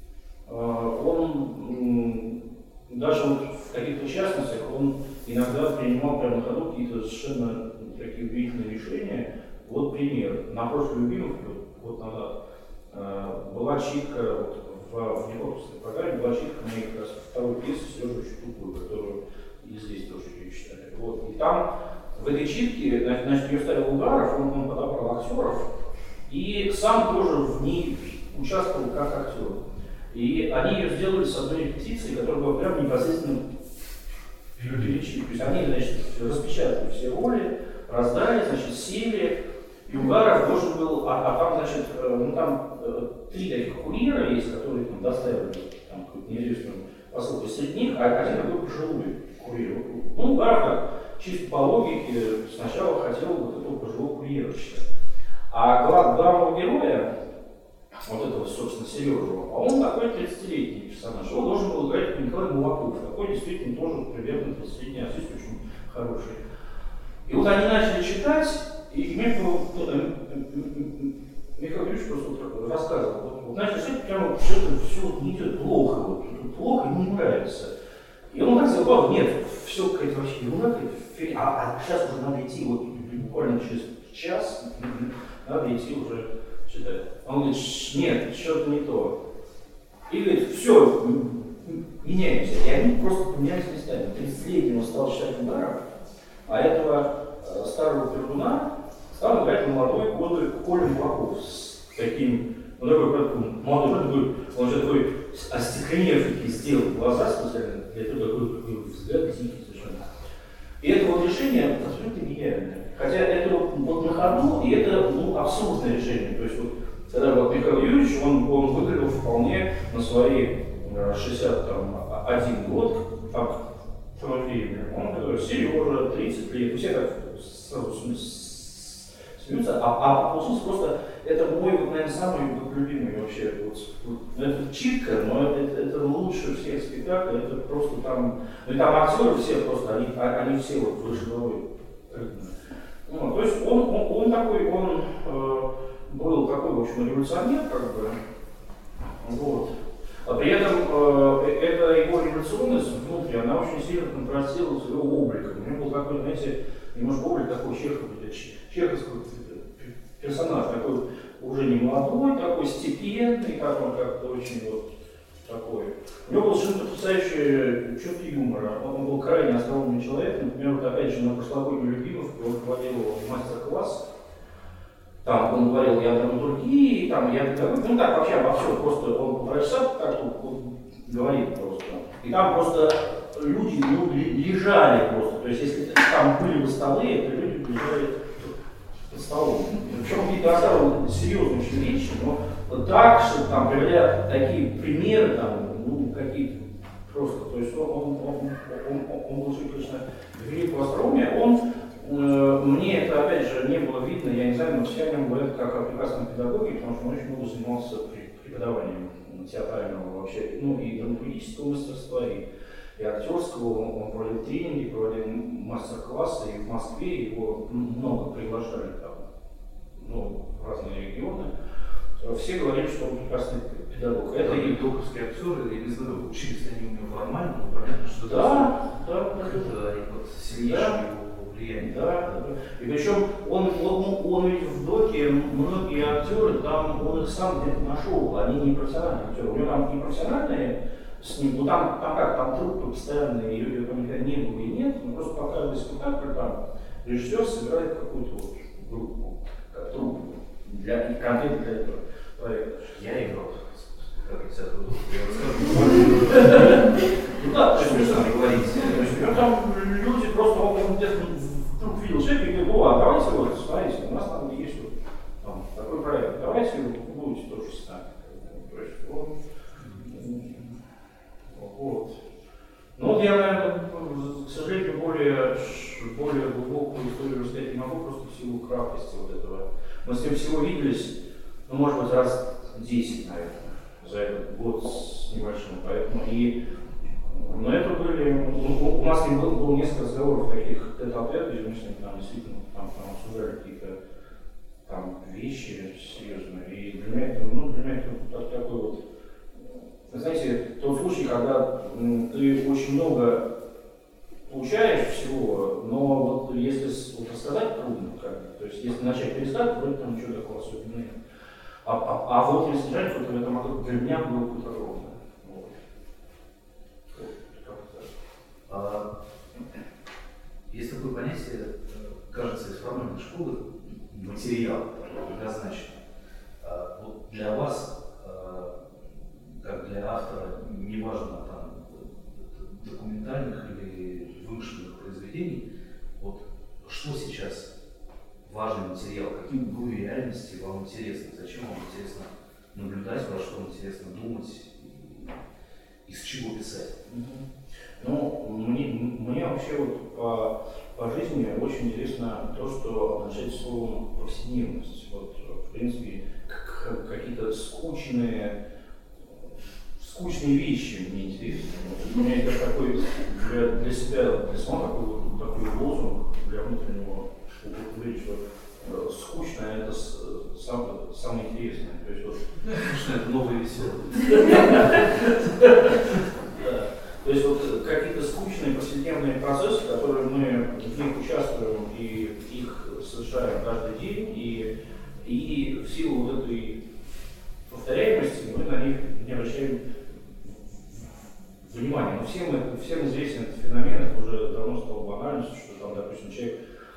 даже вот в каких-то частностях он иногда принимал прямо на ходу какие-то совершенно такие удивительные решения. Вот пример. На прошлой Любимовке, год назад, была читка, в Николаевской программе была читка моей как раз второй пьесы «Сережа очень тупой», которую и здесь тоже ее читали. Вот. И там, в этой читке, значит, ее ставил Угаров, он подобрал актеров, и сам тоже в ней участвовал как актер. И они ее сделали с одной репетицией, которая была прям непосредственно перечитка. То есть они, значит, распечатали все роли, раздали, значит, сели, и Угаров должен был, там, значит, ну там 3 таких курьера есть, которые там доставили там какую-то неизвестную посылку. Среди них один такой пожилой курьер. Ну, Угаров так, чисто по логике, сначала хотел вот этого пожилого курьера читать. А главного героя, вот этого, собственно, Сережу, а он такой 30-летний персонаж. Он должен был играть Николай Молоков, такой действительно тоже примерно 30-летний артист, очень хороший. И вот они начали читать, и Михаил Юрьевич просто вот рассказывал, вот начали читать, прямо что-то все не идет плохо, вот, плохо, ему не нравится. И он так сказал, нет, все какая-то вообще ерунда, а сейчас уже надо идти, вот буквально через час надо идти уже читать. Он говорит, нет, что-то не то. И говорит, все, меняемся. И они просто поменялись местами. 30-летнего стал читать Угаров, а этого старого пердуна стал играть молодой Коля Молоков с таким, он такой молодой, он же такой остекленевший, сделал глаза специально, для этого такой взгляд дикий совершенно. И это вот решение абсолютно гениальное. Хотя это вот на ходу, и это абсурдное решение. То есть вот, когда вот Михаил Юрьевич, он выглядел вполне на свои 61 год, там, в фильме. Он такой, Сережа, 30 лет, все так сразу смеются, а получился просто, это мой, наверное, самый любимый вообще, вот, это читка, но это лучше всех спектаклей, это просто там, ну и там актеры все просто, они все вот выше головы. Ну, то есть он такой, он был такой, в общем, революционер, как бы, вот. А при этом эта его революционность внутри, она очень сильно контрастировала с его обликом. У него был такой, знаете, немножко облик такой чеховский персонаж, такой уже не молодой, такой степенный, как он как-то очень вот такой. У него был совершенно потрясающий чувство юмора. Он был крайне остроумный человек. Например, вот опять же на прошлогодней Любимовке он проводил мастер-класс. Там он говорил, я драматургии, там я ну так вообще обо всем, просто он полтора часа так вот говорит просто. И там просто люди лежали просто. То есть если там были бы столы, то люди лежали под столом. Причем какие-то рассказывал серьезные очень вещи, но так, что там приводя такие примеры, там, ну, какие-то просто. То есть он был, конечно, великого остроумия. Мне это, опять же, не было видно, я не знаю, но все о нем говорят как о прекрасном педагоге, потому что он очень много занимался преподаванием театрального вообще, ну и драматургического мастерства, и актерского. Он проводил тренинги, проводил мастер-классы, и в Москве его много приглашали там, ну, в разные регионы. Все говорили, что он прекрасный педагог. Это и докторские актеры, я не знаю, учились они у него формально, но понятно, что это сильнейшее влияние. Да. И причем он ведь в доке, многие актеры, там он их сам где-то нашел, они не профессиональные актеры. У него там не профессиональные с ним, ну там труппы постоянные, ее там никогда не было и нет, но просто показывали спектакль, там режиссер собирает какую-то вот группу, как труппу, конкретно для этого проекта. Я играл. Как это я ну да, то есть что говорить. Там люди просто, он где-то вдруг видел человека и говорит, а давайте вот, смотрите, у нас там есть вот там, такой проект, давайте вы будете тоже с нами. То есть он, вот. Ну вот я, наверное, к сожалению, более глубокую историю рассказать не могу, просто в силу краткости вот этого. Мы с ним всего виделись, ну, может быть, раз 10, наверное, за этот год с небольшим, поэтому но это были, у нас с ним было несколько разговоров таких тет-а-тет, и мы с ним там действительно там обсуждали какие-то там вещи серьезные, и для меня это такой вот, знаете, тот случай, когда ты очень много получаешь всего, но вот если вот рассказать трудно, то есть если начать пересказать, вроде там ничего такого особенного нет. А внутреннее содержание в этом году для меня было какое-то огромное. Вот. Есть такое понятие, кажется, из формальной школы, материал, предназначен. Вот для вас, как для автора, неважно там документальных или вымышленных произведений, вот что сейчас важный материал, какие углы реальности вам интересны, зачем вам интересно наблюдать, во что интересно думать и с чего писать? Ну, мне вообще вот по жизни очень интересно то, что обозначает словом повседневность. Вот, в принципе, какие-то скучные вещи мне интересны. Вот, у меня есть даже такой для себя, для самого такой лозунг для внутреннего углубления, что скучно это самое интересное. То есть, вот, скучно это новое веселое. То есть вот какие-то скучные повседневные процессы, которые мы в них участвуем и их совершаем каждый день, и в силу вот этой повторяемости мы на них не обращаем внимания. Но всем известен этот феномен, это уже давно стало банальностью, что там, допустим, человек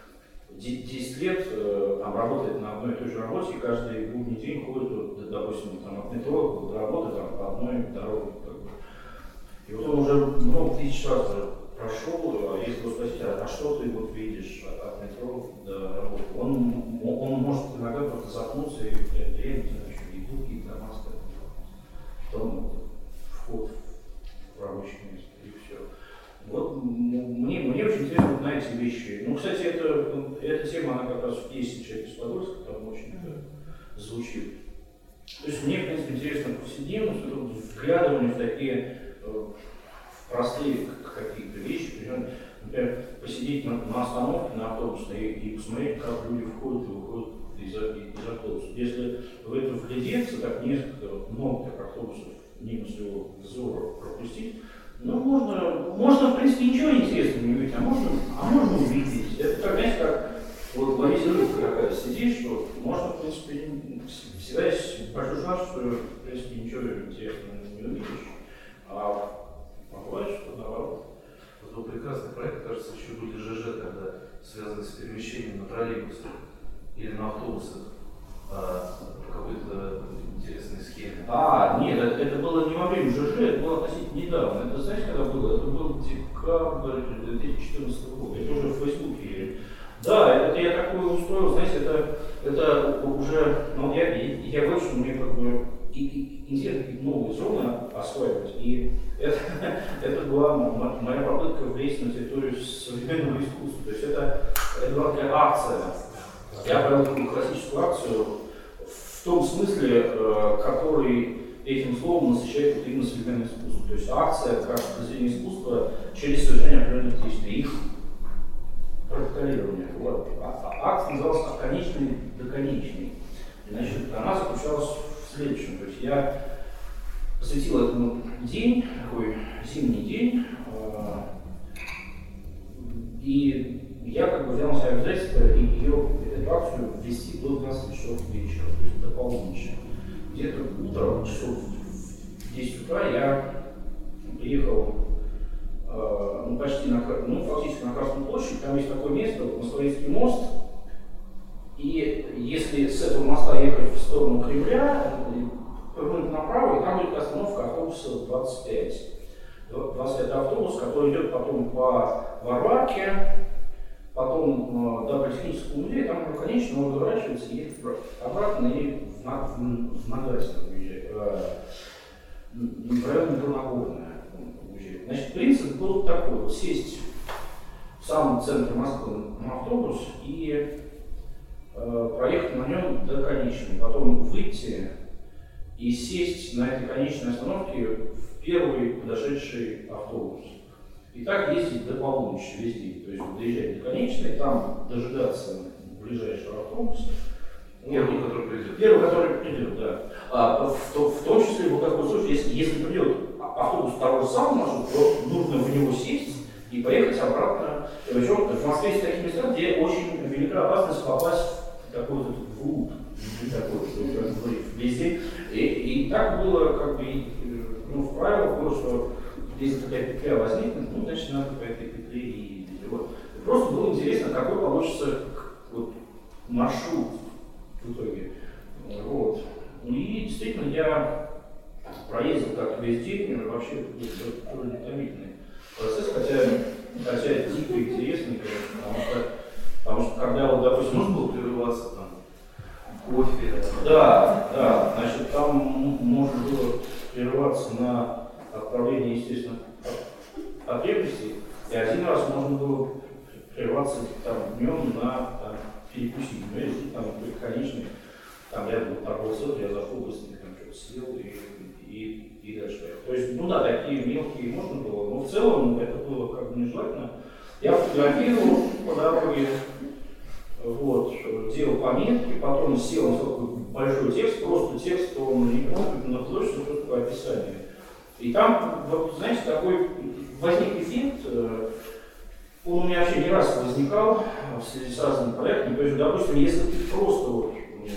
10 лет там, работает на одной и той же работе, и каждый будний день ходит, допустим, там, от метро до работы там, по одной дороге. И вот он уже много тысяч раз прошел, а если его спросить, а что ты вот видишь от метро до работы, он может иногда просто запнуться и глянуть, иду какие-то дома стоят. Потом вход в рабочее место, и все. Вот мне очень интересно на эти вещи. Ну, кстати, эта тема, она как раз в песне «Человек из Подольска», там очень звучит. То есть мне, в принципе, интересна повседневность, вглядывание в такие простые какие-то вещи, например, посидеть на остановке, на автобусной и посмотреть, как люди входят и выходят из автобуса. Если в это вглядеться, так много автобусов мимо своего взора пропустить, ну, можно, в принципе, ничего интересного не увидеть, а можно увидеть. Это как, знаете, как вот лавизируется какая-то сидишь, что можно, в принципе, всегда есть большой шанс, что, в принципе, ничего интересного не увидишь. А бывает, что наоборот. Это был прекрасный проект, кажется, еще были ЖЖ, когда связаны с перемещением на троллейбусах или на автобусах по какой-то интересной схеме. Нет, это было не во время ЖЖ, это было относительно недавно. Это знаете, когда было? Это был декабрь 2014 года. Это уже в Фейсбуке. Да, это я такое устроил, знаете, это уже, ну, я говорю, что мне как бы интересно новые зоны осваивать, и это была моя попытка влезть на территорию современного искусства. То есть это была такая акция. Я провел такую классическую акцию в том смысле, который этим словом насыщает вот именно современное искусство. То есть акция как произведение искусства через совершение определенных действий, их протоколирование. Вот. Акция называлась «От конечной до конечной». Значит, она заключалась в следующем. То есть я посвятил этому день, такой зимний день, и я как бы взял на себя обязательство эту акцию ввести до 12 часов вечера, то есть до полуночи. Где-то утром, часов в 10 утра я приехал почти фактически на Красную площадь. Там есть такое место, Москворецкий мост. И если с этого моста ехать в сторону Кремля, повернуть направо, и там будет остановка автобуса 25. 25 автобус, который идет потом по Варварке, потом до Политехнического музея, там конечно он разворачивается и едет обратно и в Нагайск уезжает, в район метро Нагорное уезжает. Значит, принцип был такой: вот сесть в самом центре Москвы на автобус и проехать на нем до конечной, потом выйти и сесть на этой конечной остановке в первый подошедший автобус. И так ездить до полуночи весь день. То есть доезжать до конечной, там дожидаться ближайшего автобуса. Первый, который придет. Первый, который придет, да. В том числе вот такой случай, если придет автобус того же самого маршрута, то нужно в него сесть и поехать обратно. Причем в Москве есть такие места, где очень велика опасность попасть в такой вот вглубь не такой, что везде. И так было, как бы, в правилах было, что если такая петля возникнет, значит надо по этой петле и вот. Просто было интересно, какой получится вот, маршрут в итоге. Вот. И действительно я проездил как весь день, вообще это довольно утомительный процесс, хотя дико интересный, конечно, потому что когда вот, допустим, Можно было прерываться там, кофе? Да, значит, там можно было прерываться на отправление, естественно, потребностей, и один раз можно было прерваться там днем на перекусить. Ну, если там конечный, там рядом был торговый центр, я зашел быстренько, там что-то съел и дальше. То есть, ну да, такие мелкие можно было, но в целом это было как бы нежелательно. Я фотографировал по дороге, вот, делал пометки, потом сел на такой большой текст, просто текст, он не на художественном, просто по описанию. И там, вот, знаете, такой возник эффект, он у меня вообще не раз возникал в связи с разными проектами. То есть, допустим, если ты просто вот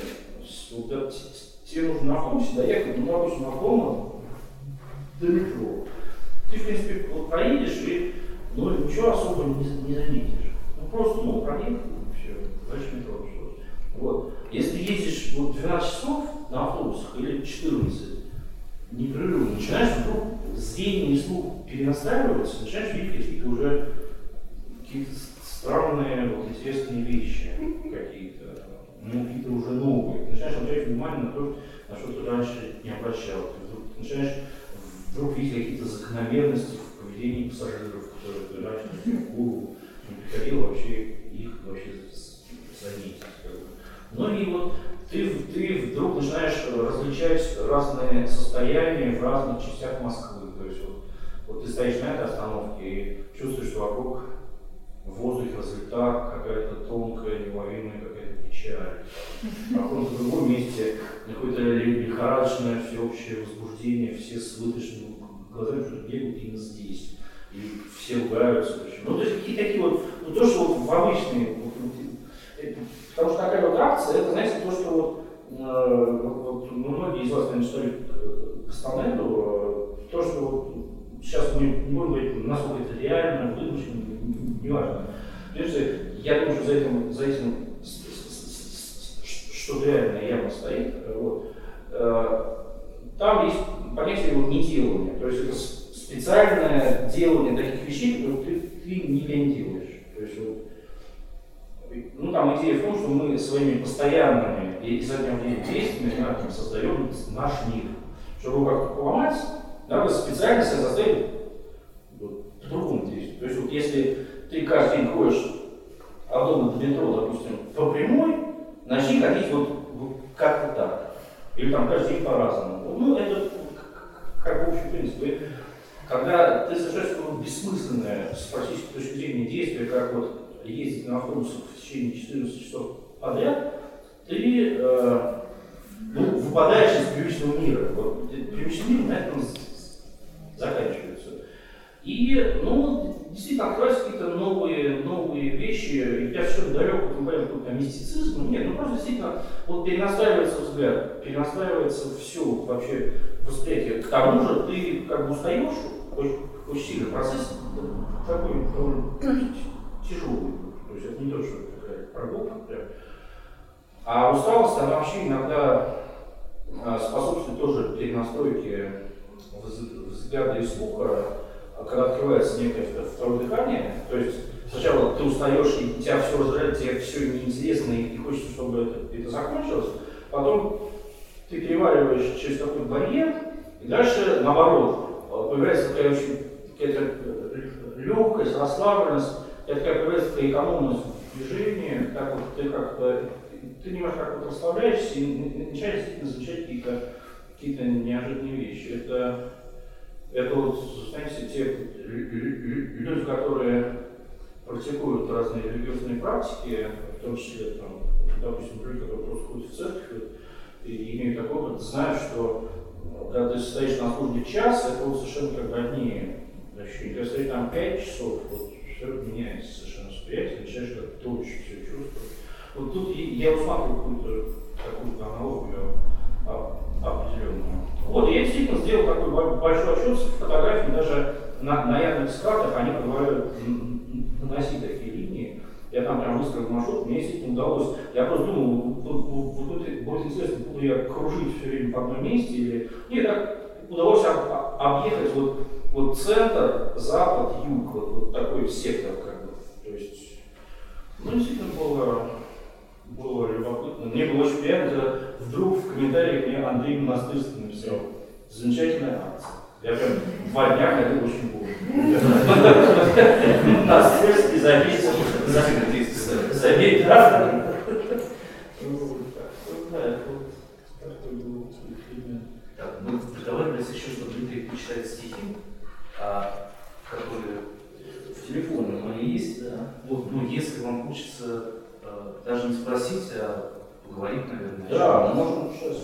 тебе нужно на автобусе доехать, допустим, от дома до метро. Ты, в принципе, вот проедешь и ничего особо не заметишь. Просто, проехал, все, дальше метро пришлось. Вот. Если ездишь 12 часов на автобусах или 14, непрерывно, начинаешь вдруг зрение и слух перенастраиваться, начинаешь видеть какие-то уже странные, интересные вещи, какие-то уже новые. Ты начинаешь обращать внимание на то, на что ты раньше не обращал. Ты начинаешь вдруг видеть какие-то закономерности в поведении пассажиров, которые ты раньше в голову не приходило вообще их заметить. Ну и вот ты вдруг начинаешь различать разные состояния в разных частях Москвы. То есть вот ты стоишь на этой остановке и чувствуешь, что вокруг в воздухе разлита какая-то тонкая, неуловимая какая-то печаль. А в каком-то другом месте какое-то лихорадочное всеобщее возбуждение, все с вытащенными глазами что-то бегают именно здесь. И все ругаются. Ну, то есть какие-то такие вот, то, что вот в обычные, потому что такая вот акция, это, знаете, то, что многие из вас, наверное, читали Кастанеду, то, что сейчас мы не будем говорить, насколько это реально, вымышленно, неважно. Я думаю, что за этим что-то реально явно стоит. Вот. Там есть понятие неделания, то есть это специальное делание таких вещей, которые ты не делаешь. То есть, там идея в том, что мы своими постоянными и изо дня в день действиями создаем наш мир. Чтобы его как-то поломать, надо специально себя заставить по-другому действовать. То есть если ты каждый день ходишь от дома до метро, допустим, по прямой, начни ходить вот как-то так. Или там каждый день по-разному. Это как бы общий принцип. И когда ты совершаешь бессмысленное с практической точки зрения действие, как вот ездить на автобусах в течение 14 часов подряд, ты выпадаешь из привычного мира. Привычный мир на этом заканчивается. И, действительно, открываются какие-то новые вещи. Я все далек от какого-то мистицизма. Нет, просто действительно перенастраивается взгляд, перенастраивается все вообще восприятие. К тому же ты как бы устаешь, очень сильный процесс, такой довольно тяжелый. То есть это не то, что такая прогулка прям. А усталость, она вообще иногда способствует тоже перенастройке взгляда и слуха, когда открывается некое второе дыхание. То есть сначала ты устаешь, и тебя все раздражает, тебе все неинтересно, и хочется, чтобы это закончилось. Потом ты перевариваешь через какой-то барьер, и дальше, наоборот, появляется какая-то легкость, расслабленность, появляется такая экономность в движении, так вот ты немножко как расслабляешься и начинаешь действительно замечать какие-то неожиданные вещи. Это знаете, те люди, которые практикуют разные религиозные практики, в том числе, допустим, люди, которые просто ходят в церковь и имеют такой опыт, знают, что когда ты стоишь на службе час, это совершенно как бы одни ощущения. Когда стоишь там 5 часов, все меняется совершенно восприятие, начинаешь как-то точно все чувствовать. Тут я усматриваю какую-то какую-то аналогию определенную. Вот, я действительно сделал такой большой отчет с фотографиями, даже на Яндекс.Картах они позволяют наносить такие линии. Я там прям выстроил маршрут, мне действительно удалось. Я просто думал, будет интересно, буду я кружить все время в одном месте или... Нет, так удалось объехать вот центр, запад, юг, вот такой сектор как бы. То есть, ну действительно было любопытно. Мне было очень приятно, вдруг в комментариях мне Андрей Монастырский написал: замечательная акция. Я прям 2 дня ходил очень больно. Монастырский заметил. Заметил. Мы договаривались еще, что Дмитрий читает стихи, которые в телефоне у меня есть. Да? Вот, ну, если вам хочется даже не спросить, а поговорить, наверное. Да, можно сейчас.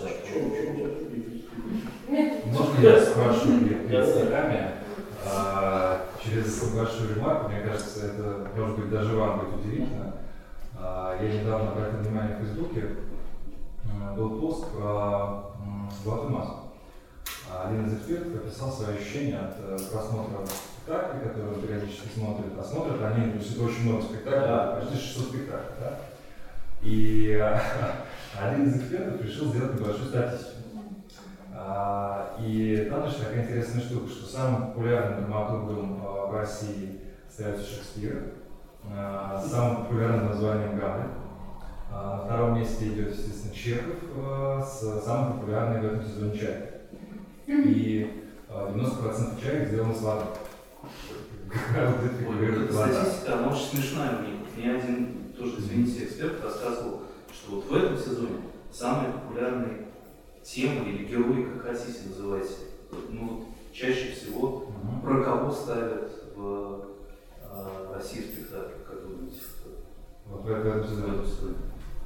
Можно я спрошу перед стихами? Через вашу ремарку, мне кажется, это может быть даже вам будет удивительно. Я недавно обратил внимание в Фейсбуке, был пост про золотую маску. Один из экспертов описал свои ощущения от просмотра спектаклей, которые он периодически смотрит. А смотрят они очень много спектаклей, почти 600 спектаклей. Да? И один из экспертов решил сделать небольшую статистику. И там даже такая интересная штука, что самым популярным драматургом в России остается Шекспир, самым популярным названием Гамлет. На втором месте идет, естественно, Чехов с самой популярной в этом сезоне чайкой. И 90% чаек сделано с водой. Эта статистика, она очень смешная у них. Мне один, тоже, извините, эксперт рассказывал, что вот в этом сезоне самые популярные темы или герои, как хотите называйте, ну, чаще всего про кого ставят в России спектакль, как вы думаете? Вот в этом сезоне.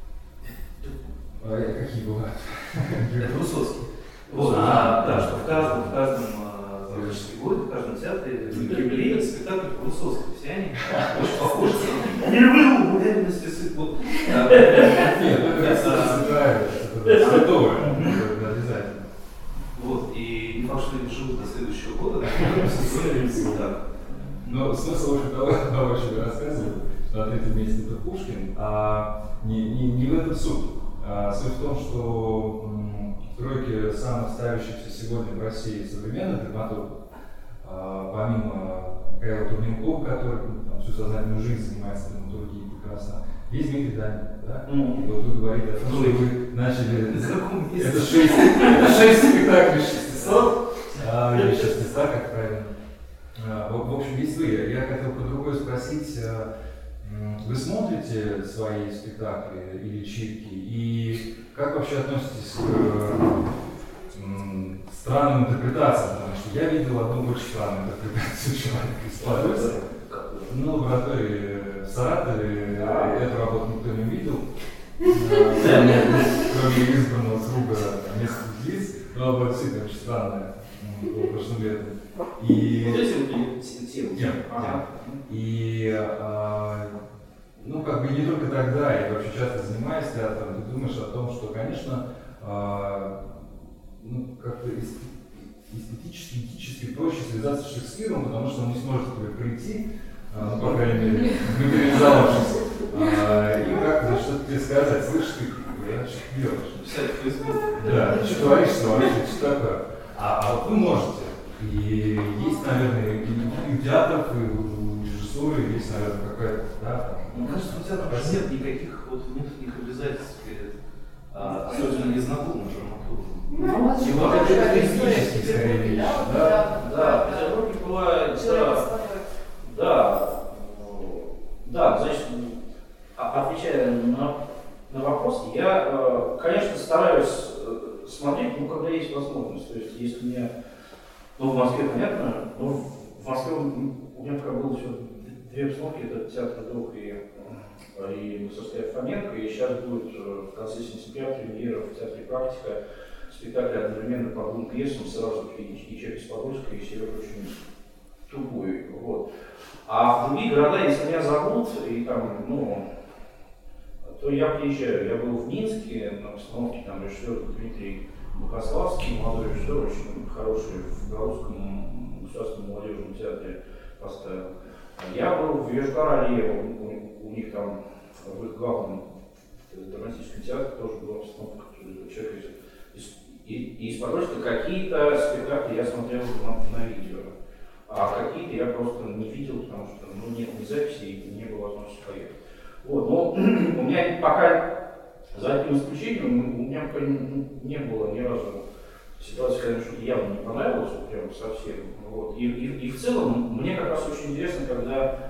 Какие бывают? Высоцкий. Вот, да, что в каждом городе, в каждом театре юбилейный спектакль по Высоцкому. Все они очень похожи. Не был в реальности вот. Нет, это святое, обязательно. Вот, и не факт, что они живут до следующего года, да. Но смысл очень того, что я рассказывал, на третьем месте это Пушкин, не в этом суть. Суть в том, что в тройке самых ставящихся сегодня в России современных драматургов, помимо Михаила Турненкова, который всю сознательную жизнь занимается драматургией прекрасно, есть Дмитрий Данилов. Да? И вот вы говорите о том, что вы начали... Это 6 спектаклей 600, или 600, как правильно. В общем, есть вы. Я хотел по-другому спросить, вы смотрите свои спектакли или читки, и как вообще относитесь к странным интерпретациям? Потому что я видел одну очень странную интерпретацию человека из Подольска. На лаборатории в Саратове, эту работу никто не увидел, кроме избранного круга нескольких лиц, но была действительно очень странная, было прошлым летом. И... Вот эти вот темы. И, ну, как бы не только тогда, я вообще часто занимаюсь театром, ты думаешь о том, что, конечно, ну, как-то эстетически, этически проще связаться с Шекспиром, потому что он не сможет к тебе прийти, по крайней мере, материализовавшись, и как-то что-то тебе сказать, слышишь, ты, что ты делаешь? Писать в Facebook. Да, что творишься вообще, что такое? А вот вы можете. И есть, наверное, и у театров, и у режиссуры есть, наверное, какая-то, да, мне кажется, у театров нет никаких вот внутренних обязательств перед особенно незнакомым драматургом. Ну, это критически, скорее, вещи, да? Да, в Петербурге бывает, да, значит, отвечая на вопрос, я, конечно, стараюсь смотреть, когда есть возможность. То есть, если мне, в Москве, понятно, в Москве у меня пока было еще 2 обстановки, это театр «Друг» и мастерская Фоменко, и сейчас будет в конце сентября премьера в театре «Практика» спектакль одновременно по 2 пьесам, сразу и «Чайка из Подольска», и «Серега очень тупой». Вот. А в другие города, если меня зовут, и там, то я приезжаю. Я был в Минске на постановке, там режиссер Дмитрий Богославский, молодой режиссер, очень хороший, в Белорусском государственном молодежном театре поставил. Я был в Йошкар-Оле, у них там в их главном драматическом театре тоже была постановка человека из Подольска. Какие-то спектакли я смотрел на видео, а какие-то я просто не видел, потому что нет ни записи и не было возможности поехать. Вот, но у меня пока, за этим исключением, у меня пока не было ни разу ситуации, когда что-то явно не понравилось, вот прям совсем. Вот. И в целом мне как раз очень интересно, когда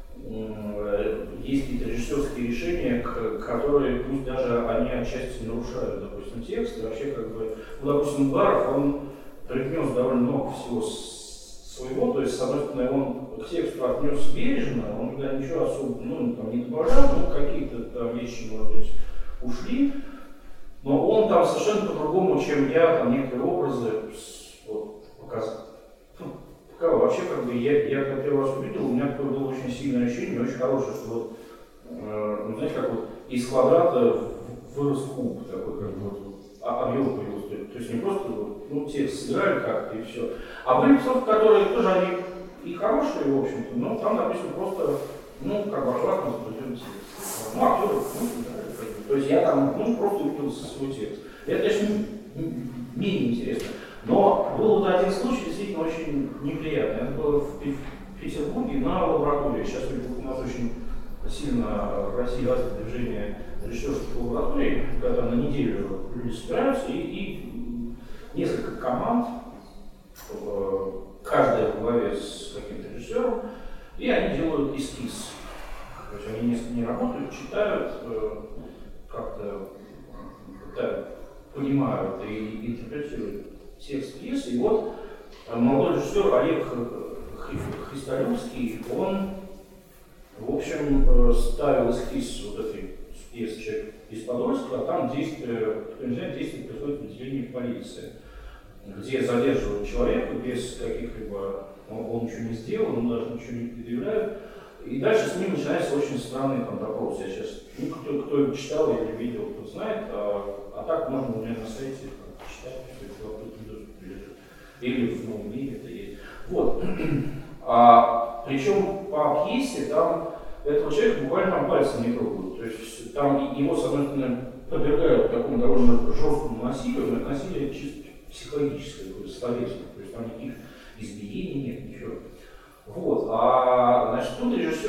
есть какие-то режиссерские решения, которые пусть даже они отчасти нарушают, допустим, текст, и вообще как бы, ну, допустим, Ударов, он привнес довольно много всего своего, то есть, с одной стороны, он к тексту отнес бережно, он туда ничего особо, там, не добавлял, какие-то там вещи, может быть, ушли, но он там совершенно по-другому, чем я, там, некоторые образы вот, показал. Вообще, как бы, я когда первый раз увидел, у меня такое было очень сильное ощущение, очень хорошее, что вот, знаете, как вот из квадрата вырос куб, такой, как бы, вот, объем появился. То есть не просто вот, текст сыграли как-то и все. А были писатели, которые тоже они и хорошие, в общем-то, но там написано просто, как бы аккуратно заплетен текст. Актеры, то есть я там, просто увидел свой текст. Это, конечно, менее интересно. Но был вот один случай действительно очень неприятный. Это было в Петербурге на лаборатории. Сейчас у нас очень сильно в России развито движение режиссерских лабораторий, когда на неделю люди собираются и несколько команд, каждая в главе с каким-то режиссером, и они делают эскиз. То есть они несколько дней работают, читают, как-то понимают и интерпретируют текст пьесы. И вот молодой режиссер Олег Христолюбский, он, в общем, ставил эскиз вот этой пьесы «Человек из Подольска», а там действие, кто не знает, действие происходит в отделении полиции, где задерживают человека без каких-либо, он ничего не сделал, он даже ничего не предъявляет. И дальше с ним начинается очень странный допрос. Я сейчас, кто читал или видел, кто знает, а так можно у меня на сайте читать, что это в открытом доступе лежит. Или в новом мире это есть. Вот. Причем по пьесе там этого человека буквально пальцем не трогают. То есть там его, с одной стороны, подвергают такому довольно жесткому насилию, но это насилие чисто психологическое, словесное. То есть там никаких избиений нет, ничего. Вот. Значит, тут режиссер,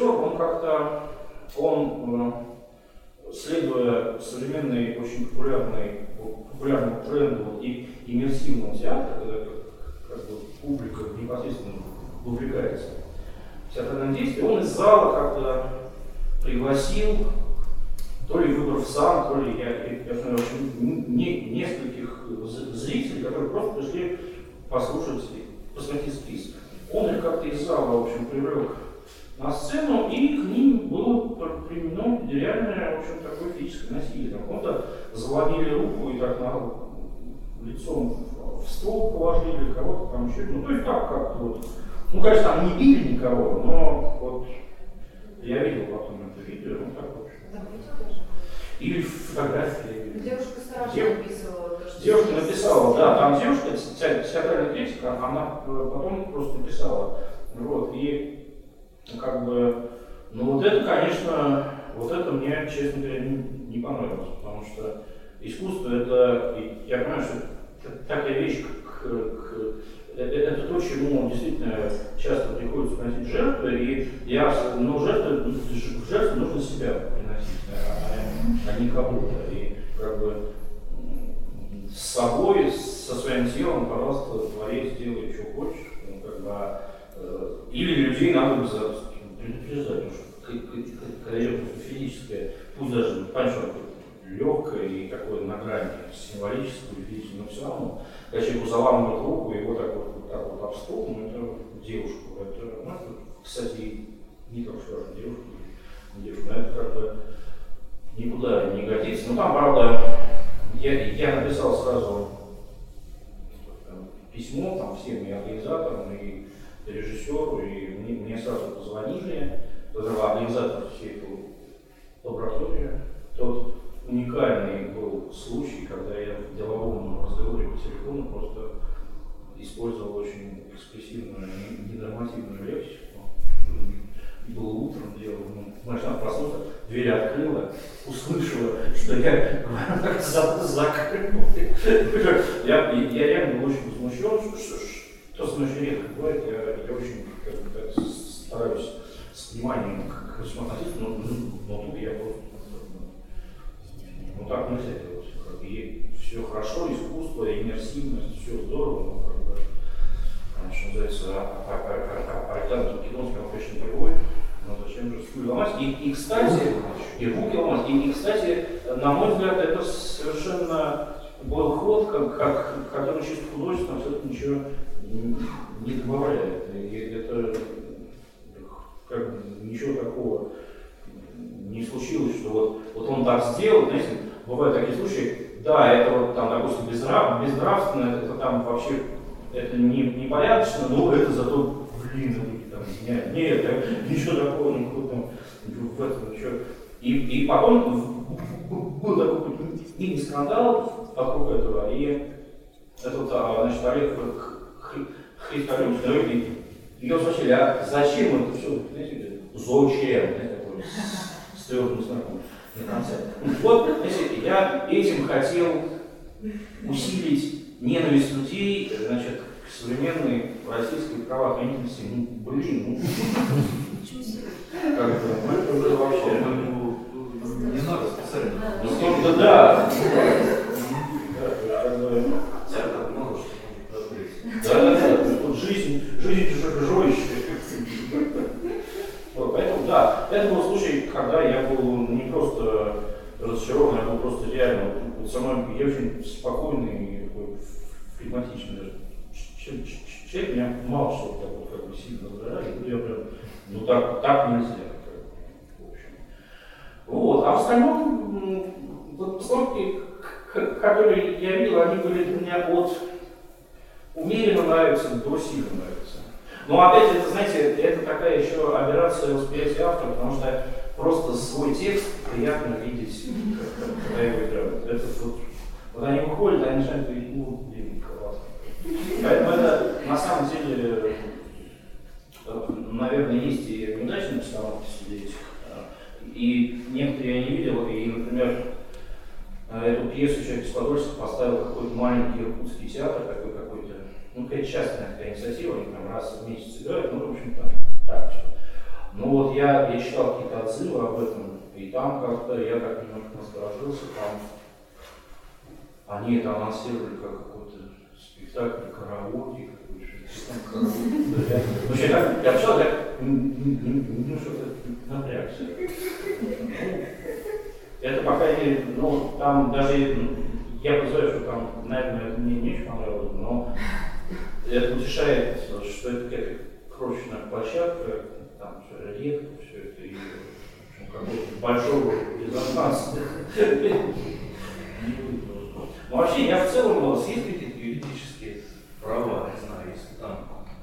следуя современной, очень популярному тренду и иммерсивного театра, когда как бы публика непосредственно вовлекается в театральное действие, он из зала как-то пригласил, то ли выбрав сам, то ли я знаю, нескольких зрителей, которые просто пришли послушать, посмотреть эскиз. Он их как-то из зала, в общем, привлек на сцену, и к ним было применено реальное, в общем, такое физическое насилие. Там кому-то заломили руку и так лицом в стол положили, кого-то там еще. То есть так как-то вот. Конечно, там не били никого, но вот я видел потом это видео, так вот. Или фотографии. Девушка страшно написала. Девушка написала, да, там девушка, театральная критика, она потом просто написала. Вот, и как бы, вот это, конечно, вот это мне, честно говоря, не понравилось, потому что искусство это, я понимаю, что это такая вещь, это то, чему действительно часто приходится приносить жертвы, и в жертву нужно себя приносить, а не кого-то. И как бы с собой, со своим телом, пожалуйста, творец, делай, что хочешь. Или людей надо предупреждать, потому что когда идет физическое, пусть даже понятно, легкое и такое на грани символическое, физическое, но все равно, когда человеку заламывают руку, его так вот об стол, это девушку, это, кстати, не так уж важно, девушка, но это как бы никуда не годится. Но там, правда, я написал сразу письмо там, всем и организаторам, и режиссеру, и мне сразу позвонили, организатор всей этой лаборатории, тот дверь открыла, услышала, что я закрыл. Я реально был очень возмущен, что со мной очень редко бывает, я очень стараюсь с вниманием к всему относиться, но тут я просто, ну так нельзя делать. И все хорошо, искусство, иммерсивность, все здорово, но как бы, что называется, Александр Македонский, он точно герой, но зачем же стулья ломать? И кстати, и руки ломать, и кстати, на мой взгляд, это совершенно был ход, который чисто художественно абсолютно ничего не добавляет. Это как ничего такого не случилось, что вот он так сделал, знаете, бывают такие случаи, да, это вот там, допустим, безнравственно, это там вообще, это непорядочно, но это зато, там, нет, ничего такого, никакого там, в этом ничего. И потом был такой мини-скандал вокруг этого, и этот, значит, Олег Христолюб, ее спросили, а зачем это все, знаете, зачем, такой, с твердым знаком на конце. Вот, знаете, я этим хотел усилить ненависть людей, значит, к современной российской правоохранительности. Как это вообще? Не надо специально. Да. Театр много что открыть. Да. Тут жизнь чужой. Вот, поэтому, да, это был случай, когда я был не просто разочарован, я был просто реально, я очень спокойный и флегматичный даже. Человек меня мало что так вот как бы сильно раздражает, я прям, ну так нельзя. В общем. Вот, а в остальном, постановки, которые я видел, они были для меня от умеренно нравятся до сильно нравятся. Но опять это, знаете, это такая еще аберрация восприятия автора, потому что просто свой текст приятно видеть, когда его играют. Это вот они выходят, они начинают говорить, ну, блин, классно. Поэтому это на самом деле, наверное, есть и неудачные постановки среди этих. И некоторые я не видел, и, например, эту пьесу «Человек из Подольска» поставил какой-то маленький иркутский театр, такой какой-то, ну, какая-то частная такая инициатива, они там раз в месяц играют, ну, в общем-то, так все. Ну вот я читал какие-то отзывы об этом, и там как-то я так немножко насторожился, там они это анонсировали как какой-то спектакль караоке, вообще, я писал, ну, что-то напрягся. Это пока не, ну, там даже, я подозреваю, что там, наверное, мне не очень понравилось, но это утешает, что это какая-то крошечная площадка, там все редко, все это, и какого-то большого резонанса. Но вообще, я в целом, есть какие-то юридические права, не знаю, если там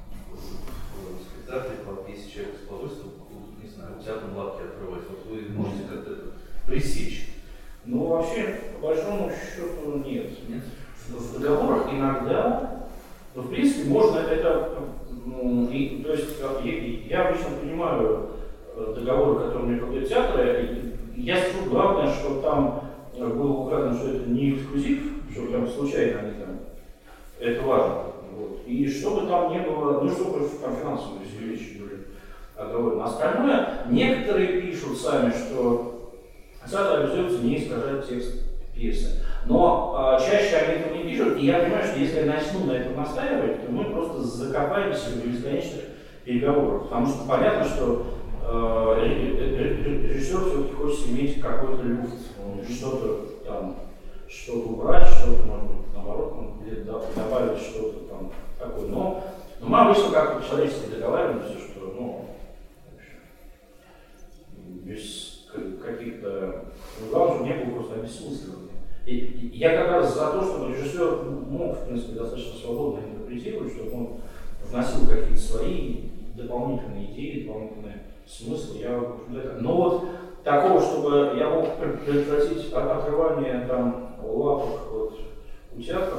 в спектакле по 10 человек с Подольска, не знаю, у тебя там лапки открывать, вот вы можете как-то это пресечь? Ну, вообще, по большому счету, нет. В договорах иногда, но в принципе можно это то есть я обычно понимаю договоры, которые мне продают театры, я скажу главное, что там было указано, что это не эксклюзив, что там случайно они там, это важно. Вот. И чтобы там не было, ну чтобы там финансовые вещи были оговорены. Остальное, некоторые пишут сами, что театр обязуется не искажать текст пьесы. Но чаще они этого не пишут, и я понимаю, что если я начну на этом настаивать, то мы просто закопаемся в бесконечных переговорах. Потому что понятно, что режиссер все-таки хочет иметь какой-то люфт, что-то там, что-то убрать, что-то, может быть, наоборот, где-то добавить что-то там такое. Но мы обычно как-то по-человечески договариваемся, что, ну, без каких-то, главное, чтобы не было просто обессмысливания. И я как раз за то, чтобы режиссер мог, в принципе, достаточно свободно интерпретировать, чтобы он вносил какие-то свои дополнительные идеи, дополнительные смыслы. Но вот такого, чтобы я мог предотвратить отрывание там лапок вот, у театра,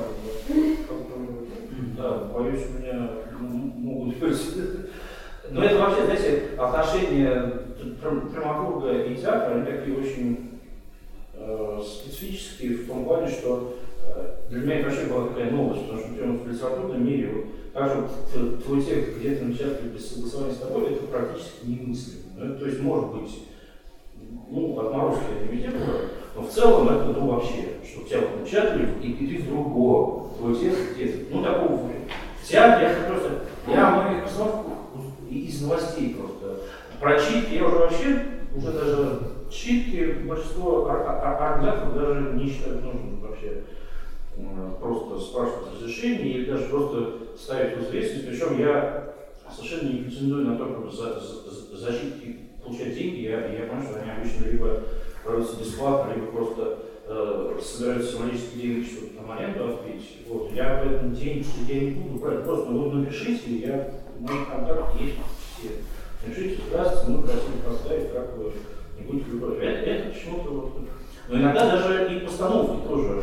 да, боюсь, у меня могут быть. Но это вообще, знаете, отношение драматурга и театр, они такие очень специфические в том плане, что для меня это вообще была такая новость, потому что в литературном мире, вот, даже твой текст где-то напечатали без согласования с тобой, это практически немыслимо. Ну, то есть, может быть, ну, отморозки это везде бывает, но в целом это, ну, вообще, что тебя вот напечатали, и ты в другого, твой текст где-то, ну, такого в театре, я многих постановок из новостей просто, про читки я уже вообще, уже даже читки большинство организаторов даже не считают нужным вообще просто спрашивать разрешение или даже просто ставить в известность. Причем я совершенно не претендую на то, чтобы за читки получать деньги. Я понимаю, что они обычно либо проводятся бесплатно, либо просто собирают символические деньги, чтобы там аренду отбить. Вот. Я в этом деньги я не буду брать. Просто вы напишите, мои контакты есть все. Напишите, здравствуйте, мы просим поставить, как вы не будете выбрать. Это почему-то вот. Но иногда даже и постановки тоже.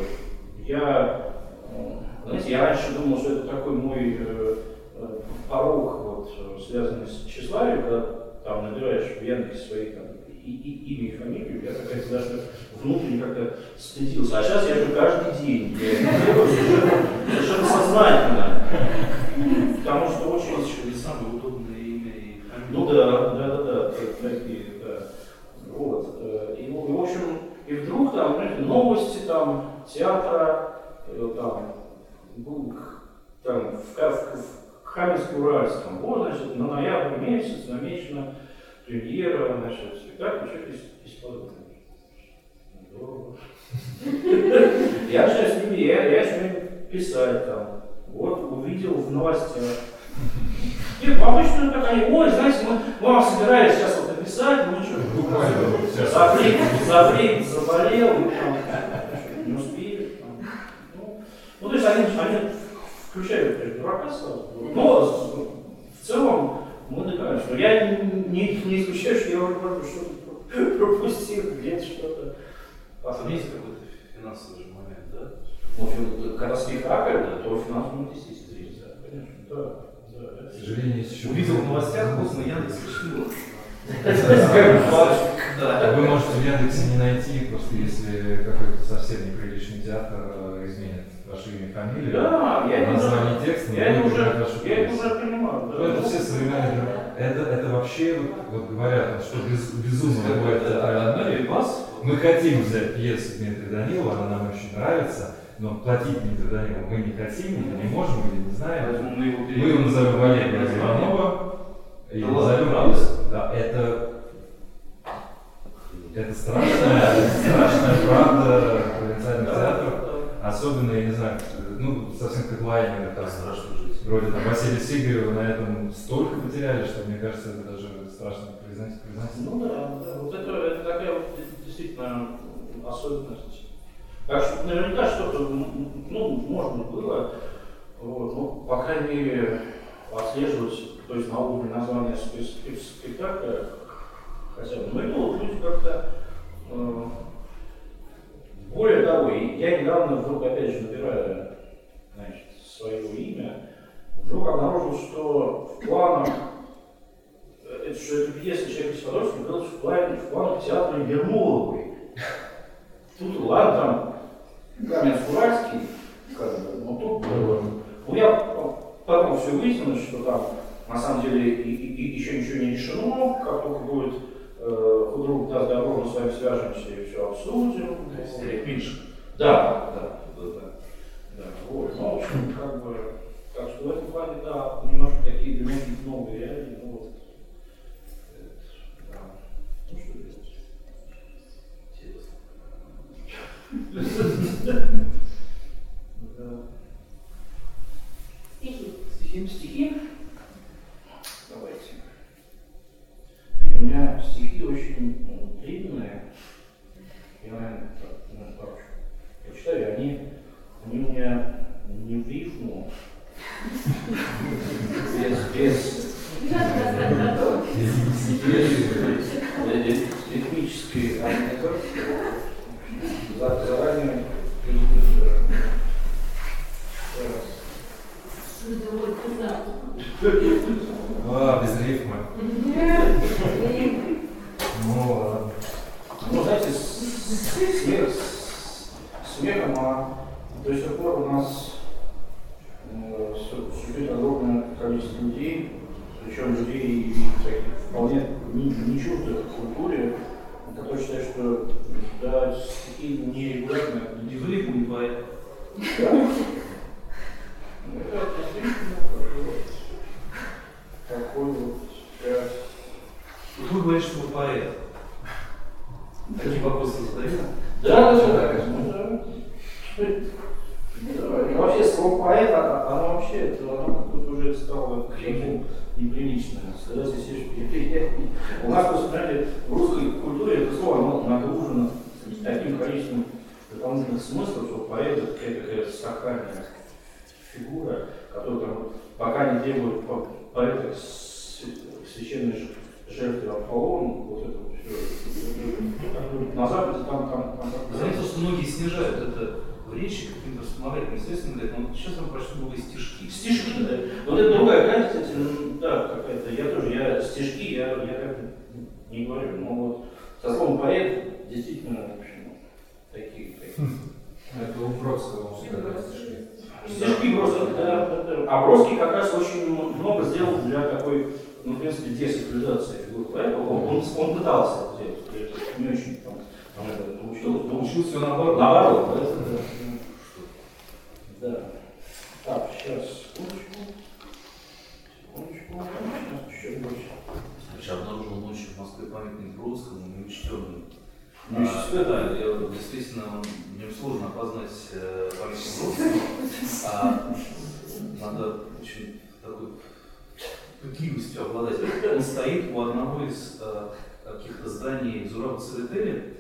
Знаете, я раньше думал, что это такой мой порог, вот, связанный с тщеславием, когда там набираешь в Яндексе свои там, имя и фамилию, я так даже внутренне как-то стыдился. А сейчас я же каждый день, я делаю совершенно сознательно, потому что очень самое удобное имя и фамилия. Ну да, такие, да. Вот. И, в общем, и вдруг там, знаете, новости там, театра, там, был там, в Каменске-Уральском, вот, значит, на ноябрь месяц намечена премьера, значит, спектакль, что-то из подобного. Здорово. Я начинаю с ними, я начинаю писать там, вот, увидел в новостях. Нет, обычно так они, ой, знаете, мы вам собирались сейчас вот написать, мы что, Заврик заболел, мы там не успели. Ну, то есть они включают, конечно, дурака сразу. Но в целом мы доказали, что я не исключаю, что я уже что-то пропустил, где-то что-то. Там есть какой-то финансовый момент, да? Ну, когда спектакль, то финансовый момент, естественно, зритель, конечно, да. К сожалению, есть еще... Увидел в новостях, поздно Яндекс решил. Вы можете в Яндексе не найти, просто если какой-то совсем неприличный театр изменит ваше имя и фамилию, да, название текста, я это уже понимаю. Да. Это все современные. Это вообще, вот говорят, что безумно бывает театральный вас. Мы хотим взять пьесу Дмитрия Данилова, она нам очень нравится, но платить Дмитрию Данилову мы не хотим, или не можем, или не знаем. Мы его назовем Валерия Иванова и назовем да, это страшная правда провинциальных театров, особенно, я не знаю, ну, совсем как Лайнер, там, вроде там Василия Сигарева на этом столько потеряли, что мне кажется, это даже страшно признать. Ну да, вот это такая вот действительно особенность. Так что наверняка что-то, ну, можно было, вот, ну, по крайней мере, отслеживать, то есть на уровне названия спектакля, хотя бы. Ну и вот люди как-то, более того, я недавно вдруг, опять же, набирая, значит, свое имя, вдруг обнаружил, что в планах, что эта пьеса «Человек из Подольска» была в планах театра Ермоловой. Тут, ладно, там, Каменск-Уральский, как бы, но тут было. Ну, я потом все выяснилось, что там, на самом деле, еще ничего не решено, как только будет худрук даст добро, мы с вами свяжемся и все обсудим. Пишет. Да. Вот. Ну, в общем, как бы, так что в этом плане, да, немножко такие для меня новые реалии, ну вот. Да. Ну что делать? Стихи? Давайте. У меня стихи очень длинные. Я, наверное, прочитаю, они у меня не в рифму, без ритмической организации, заранее без рифма. знаете, смехом, до сих пор у нас существует огромное количество людей, причем людей вполне не чуждых культуре, которые считают, что да, стихи нерегулярные. Еврей будет поэт. Да? Это действительно такой вот связь. Вы говорите, что вы поэт. Такие вопросы задаете? Да. Да. Вообще слово поэт, оно вообще, оно тут уже стало каким-то неприличным. Сказать, если у нас, просто, знаете, в русской культуре это слово оно нагружено таким количеством дополнительных смыслов, что поэт это какая-то сакральная фигура, которая там, пока не требует поэта священной жертвы Аполлону, вот это вот все. На Западе там. Заметил, что многие снижают это в речи каким-то вспомогательным средством, говорят, ну сейчас вам прочту новые стишки. Стишки, да. Вот это другая грань, кстати, да, какая-то. Я стишки, я как-то не говорю, но вот со словом поэт действительно, в общем, такие. Это у Бродского стишки. Стишки просто, да. А Бродский как раз очень много сделал для такой, ну, в принципе, десакрализации фигуры поэта. Он пытался это сделать, это не очень там это Научился наоборот. Наоборот, да. Так, сейчас, секундочку. Сейчас еще больше. Я обнаружил ночью в Москве памятник Бродскому, неучтенный. Да, я действительно, мне сложно опознать памятник Бродскому, надо очень такой пытливостью обладать. Он стоит у одного из каких-то зданий Зураб-Церетели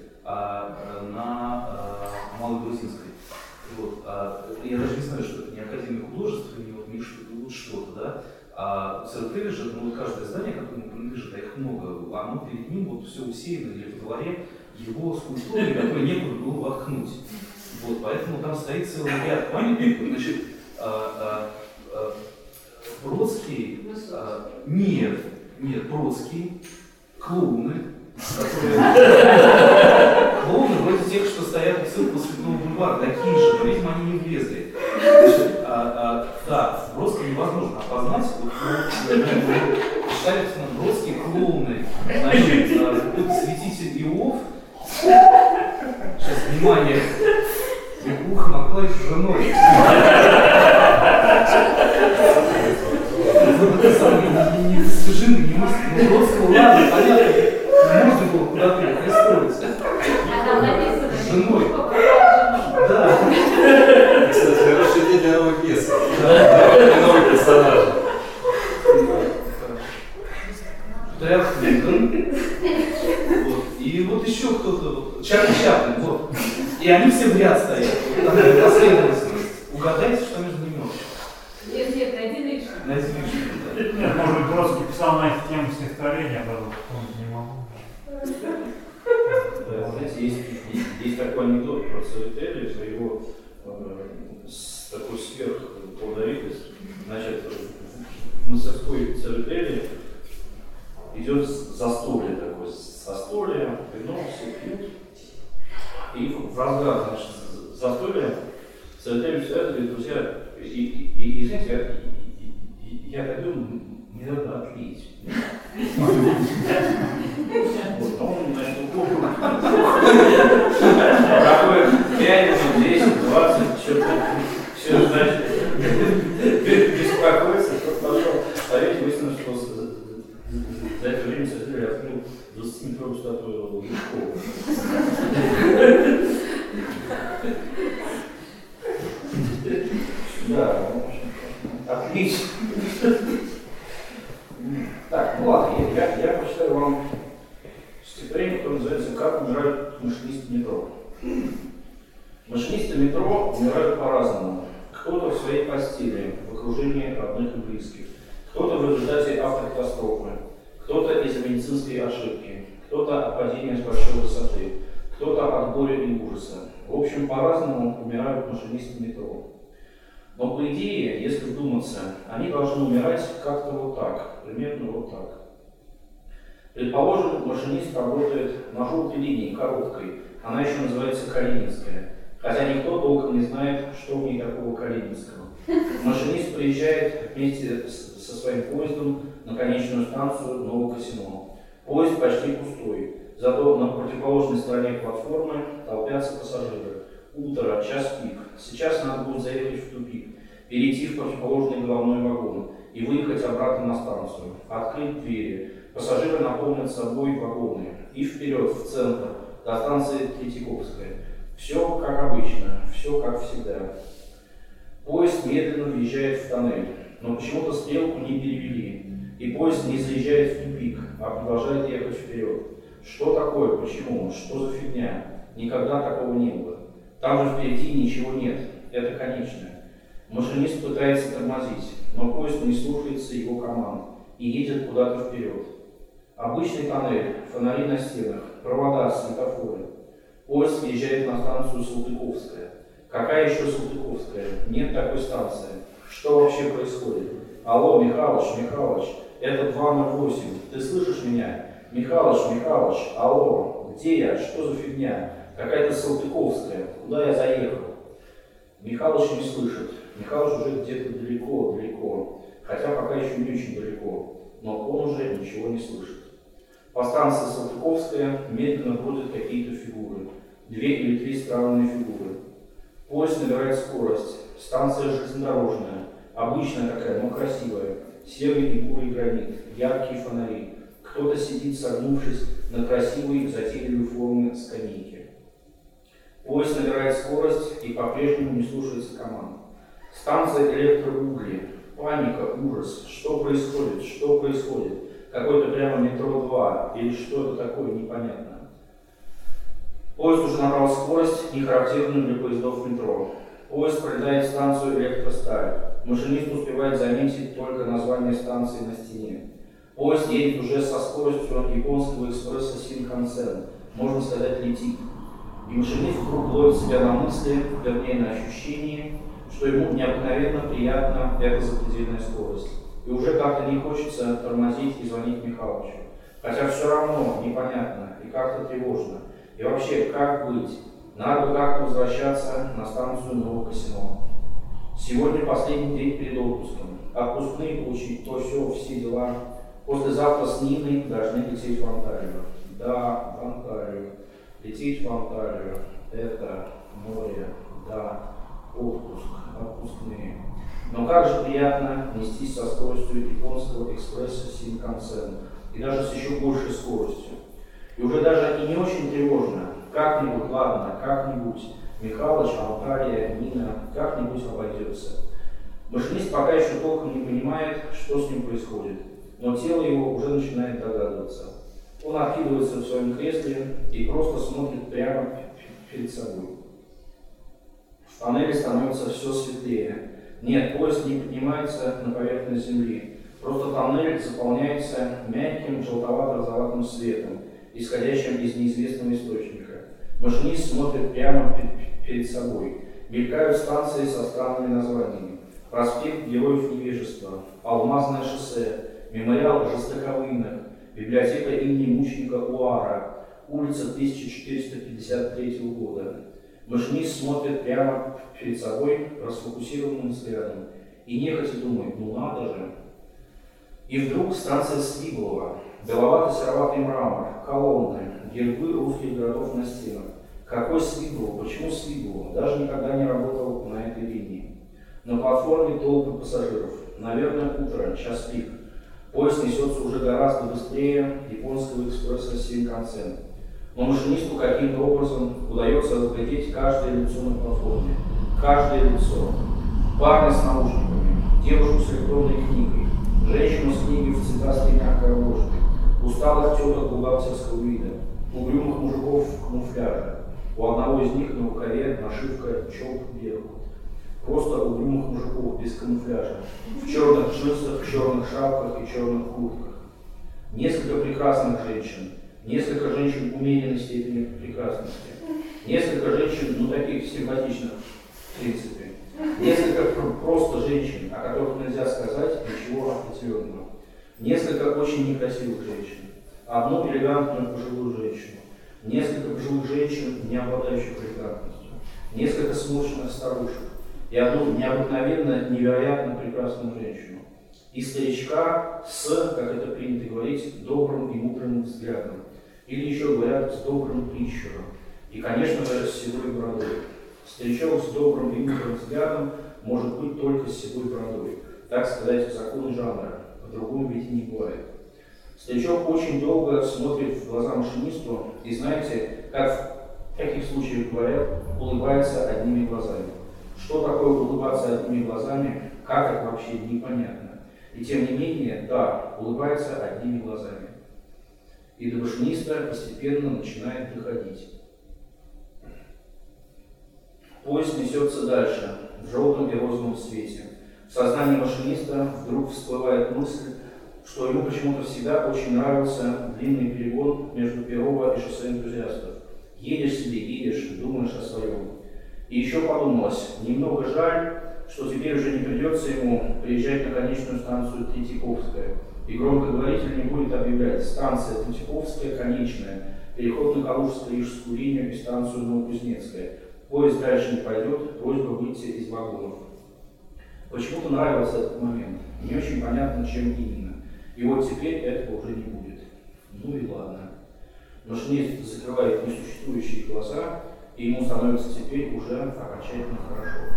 на Малой Грузинской. Вот. Я даже не знаю, что это не Академия художеств, не вот что-то, да? А Церетели же, ну, каждое здание, которое ему принадлежит, а их много, оно перед ним вот все усеяно, или в дворе его скульптуры, которые некуда было воткнуть. Вот, поэтому там стоит целый ряд памятников. Значит, Бродский, нет, Бродский, клоуны, клоуны вроде тех, что стоят у цирка Цветного бульвара, такие же, но, видимо, они не влезли. Значит, да, Бродского невозможно опознать. Считали, что Бродские клоуны, значит, какой-то святитель Иов. Сейчас, внимание, Микуха Маклаевич с женой. Совершенно не мысли. Бродского, ладно, понятно, можно было куда-то пристроиться. А там написано, с женой. Да. Кстати, хороший день для новой пьесы. Да. Новый персонаж. Дэв Линкольн. Вот. И вот еще кто-то, вот, Чарли Чаплин, вот. И они все в ряд стоят. Там последовательность. Угадайте, что между ними общее. Нет, найди лишнее. Найди лишнее, да. Нет, может быть, Бродский писал на эту тему стихотворения, даже не могу. Знаете, есть такой анекдот про Церетели, что его такой сверхплодовитость. Значит, в мастерской Церетели идет застолье такое, застолье, вино, все пьют. И в разгар, значит, застолья Церетели все это говорит, друзья, и знаете, я пойду, мне надо отлить. Вот, он, значит, такое 5, 10, 20, что-то, все, значит, беспокоится, кто пошел. Поверьте, выяснилось, что за это время Церетели открыл 20-метровую статую Лужкова. Да, в общем, отлично. Так, ну ладно, я прочитаю вам стихотворение, которое называется «Как умирают машинисты метро». Машинисты метро умирают по-разному. Кто-то в своей постели, в окружении родных и близких, кто-то в результате автокатастрофы, кто-то из-за медицинской ошибки, кто-то от падения с большой высоты, кто-то от боли и ужаса. В общем, по-разному умирают машинисты метро. Но по идее, если вдуматься, они должны умирать как-то вот так, примерно вот так. Предположим, машинист работает на желтой линии, короткой. Она еще называется Калининская. Хотя никто толком не знает, что в ней такого калининского. Машинист приезжает вместе со своим поездом на конечную станцию Новокосино. Поезд почти пустой, зато на противоположной стороне платформы толпятся пассажиры. Утро, час пик. Сейчас надо будет заехать в тупик, перейти в противоположный головной вагон и выехать обратно на станцию, открыть двери. Пассажиры наполнят собой вагоны и вперед, в центр, до станции Третьяковская. Все как обычно, все как всегда. Поезд медленно въезжает в тоннель, но почему-то стрелку не перевели, и поезд не заезжает в тупик, а продолжает ехать вперед. Что такое? Почему? Что за фигня? Никогда такого не было. Там же впереди ничего нет, это конечное. Машинист пытается тормозить, но поезд не слушается его команд и едет куда-то вперед. Обычный тоннель, фонари на стенах, провода, светофоры. Поезд въезжает на станцию Салтыковская. Какая еще Салтыковская? Нет такой станции. Что вообще происходит? Алло, Михалыч, это 208. Ты слышишь меня? Михалыч, алло, где я? Что за фигня? Какая-то Салтыковская. Куда я заехал? Михалыч не слышит. Михалыч уже где-то далеко. Хотя пока еще не очень далеко. Но он уже ничего не слышит. По станции Салтыковская медленно бродят какие-то фигуры. 2 или 3 странные фигуры. Поезд набирает скорость. Станция железнодорожная. Обычная такая, но красивая. Серый и бурый гранит. Яркие фонари. Кто-то сидит, согнувшись на красивой, затейливой форме скамейки. Поезд набирает скорость и по-прежнему не слушается команд. Станция электроугли. Паника, ужас. Что происходит? Какое-то прямо метро 2 или что это такое, непонятно. Поезд уже набрал скорость, не характерную для поездов метро. Поезд пролетает станцию Электросталь. Машинист успевает заметить только название станции на стене. Поезд едет уже со скоростью японского экспресса Синкансен, можно сказать, летит. И машинист вдруг ловит себя на мысли, вернее на ощущении, что ему необыкновенно приятна эта запредельная скорость. И уже как-то не хочется тормозить и звонить Михалычу. Хотя все равно непонятно и как-то тревожно. И вообще, как быть? Надо бы как-то возвращаться на станцию Новокосино. Сегодня последний день перед отпуском. Отпускные получить, то все дела. Послезавтра с Ниной должны лететь в Анталию. Да, в Анталию. Лететь в Анталию. Это море. Да, отпуск, отпускные. Но как же приятно нестись со скоростью японского экспресса Синкансен. И даже с еще большей скоростью. И уже даже и не очень тревожно. Как-нибудь, ладно, как-нибудь. Михалыч, Анталия, Нина, как-нибудь обойдется. Машинист пока еще толком не понимает, что с ним происходит. Но тело его уже начинает догадываться. Он откидывается в своем кресле и просто смотрит прямо перед собой. В тоннеле становится все светлее. Нет, поезд не поднимается на поверхность земли. Просто тоннель заполняется мягким желтовато-розоватым светом, исходящим из неизвестного источника. Машинист смотрит прямо перед собой. Мелькают станции со странными названиями. Проспект Героев Невежества, Алмазное шоссе, Мемориал Жестоковыйных, библиотека имени мученика Уара, улица 1453 года. Машинист смотрит прямо перед собой расфокусированным взглядом и нехотя думает, ну надо же. И вдруг станция Свиблова, беловато-сероватый мрамор, колонны, гербы русских городов на стенах. Какой Свиблов? Почему Свиблов? Даже никогда не работал на этой линии. На платформе толпы пассажиров. Наверное, утро, час пик. Поезд несется уже гораздо быстрее японского экспресса Синкансен. Но машинисту каким-то образом удается разглядеть каждое лицо на платформе. Каждое лицо. Парня с наушниками, девушку с электронной книгой, женщину с книгой в цветастой мягкой обложке, усталых теток бухгалтерского вида, угрюмых мужиков в камуфляже. У одного из них на рукаве нашивка «ЧОП Беркут». Просто угрюмых мужиков без камуфляжа, в черных джинсах, черных шапках и черных куртках. Несколько прекрасных женщин, несколько женщин умеренной степени прекрасности, несколько женщин, ну таких симпатичных, в принципе, несколько просто женщин, о которых нельзя сказать ничего определенного, несколько очень некрасивых женщин, одну элегантную пожилую женщину, несколько пожилых женщин, не обладающих элегантностью, несколько сморщенных старушек и одну необыкновенно, невероятно прекрасную женщину. И старичка с, как это принято говорить, добрым и мудрым взглядом. Или еще говорят, с добрым прищуром. И, конечно же, с седой бородой. Старичок с добрым и мудрым взглядом может быть только с седой бородой. Так сказать, законы жанра. По-другому ведь не бывает. Старичок очень долго смотрит в глаза машинисту и, знаете, как в таких случаях говорят, улыбается одними глазами. Что такое улыбаться одними глазами, как это вообще непонятно. И тем не менее, да, улыбается одними глазами. И до машиниста постепенно начинает доходить. Поезд несется дальше, в желтом и розовом свете. В сознании машиниста вдруг всплывает мысль, что ему почему-то всегда очень нравился длинный перегон между Перово и шоссе энтузиастов. Едешь себе, едешь, думаешь о своем. И еще подумалось, немного жаль, что теперь уже не придется ему приезжать на конечную станцию Третьяковская. И громкоговоритель не будет объявлять: станция Третьяковская конечная, переход на Калужско-Рижскую линию и станцию Новокузнецкая. Поезд дальше не пойдет, просьба выйти из вагонов. Почему-то нравился этот момент. Не очень понятно, чем именно. И вот теперь этого уже не будет. Ну и ладно. Машинист закрывает несуществующие глаза, и ему становится теперь уже окончательно хорошо.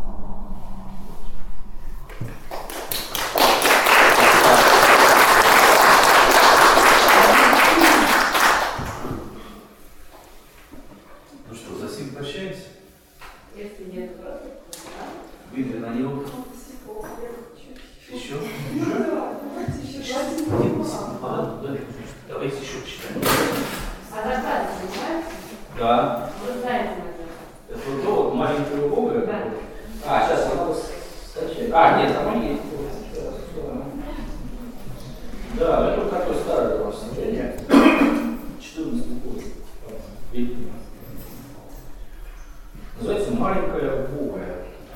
Ну что, за сим прощаемся? Если нет вопросов, то да. Дмитрий Данилов. Еще? Давайте еще почитаем. А доклады занимаются? Да. Вы знаете, наверное. Это вот маленькая убогая? Да. А, сейчас надо скачать. А, нет, там они есть. Да, это вот такое старое у вас сражение. 14-й год. Называется «Маленькая убогая».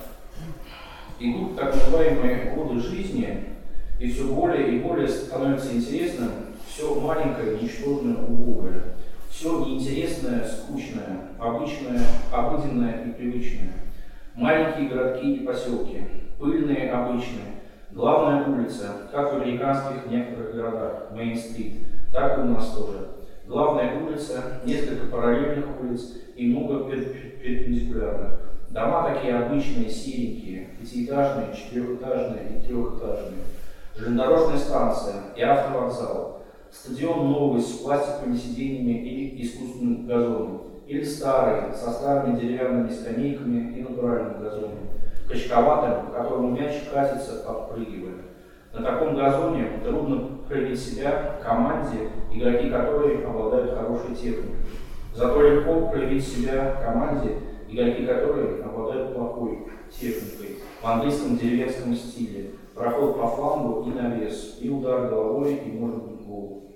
Идут так называемые годы жизни, и все более и более становится интересным все маленькое, ничтожное, убогое. Все неинтересное, скучное, обычное, обыденное и привычное. Маленькие городки и поселки, пыльные, обычные. Главная улица, как в американских некоторых городах, Мейн-стрит, так и у нас тоже. Главная улица, несколько параллельных улиц и много перпендикулярных. Дома такие обычные, серенькие, пятиэтажные, четырехэтажные и трехэтажные. Железнодорожная станция и автовокзал. Стадион новый с пластиковыми сиденьями и искусственным газоном. Или старый, со старыми деревянными скамейками и натуральным газоном. Качковатым, по которому мяч катится, подпрыгивая. На таком газоне трудно проявить себя команде, игроки которой обладают хорошей техникой. Зато легко проявить себя команде, игроки которой обладают плохой техникой. В английском деревенском стиле. Проход по флангу и навес, и удар головой, и может быть гол.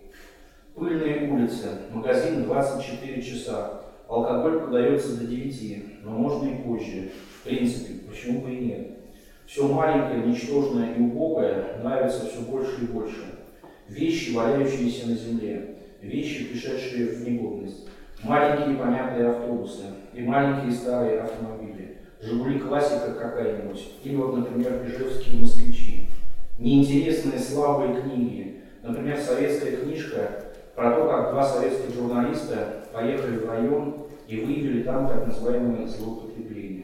Пыльные улицы, магазин 24 часа. Алкоголь продается до 9, но можно и позже. В принципе, почему бы и нет. Все маленькое, ничтожное и убогое нравится все больше и больше. Вещи, валяющиеся на земле, вещи, пришедшие в негодность. Маленькие помятые автобусы и маленькие старые автомобили. «Жигули» классика какая-нибудь. Или вот, например, ижевские москвичи. Неинтересные слабые книги. Например, советская книжка про то, как два советских журналиста поехали в район и выявили там так называемые злоупотребления.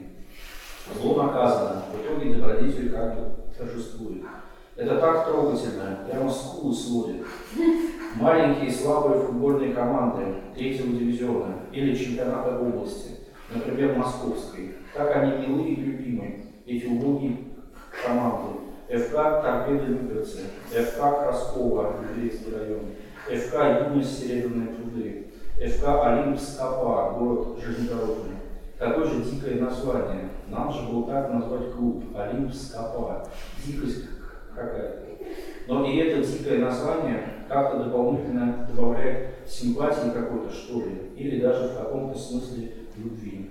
Зло наказано, в итоге добродетель как бы торжествует. Это так трогательно, прямо скулы сводит. Маленькие слабые футбольные команды 3-го дивизиона или чемпионата области, например, московской. Как они милы и любимы, эти убогие команды. ФК «Торпедо Люберцы», ФК «Краскова», Люберецкий район, ФК «Юность Серебряные пруды», ФК «Олимп Скопа», город железнодорожный. Какое же дикое название. Нам же было так назвать клуб «Олимп Скопа». Дикость какая-то. Но и это дикое название как-то дополнительно добавляет симпатии какой-то, что ли, или даже в каком-то смысле любви,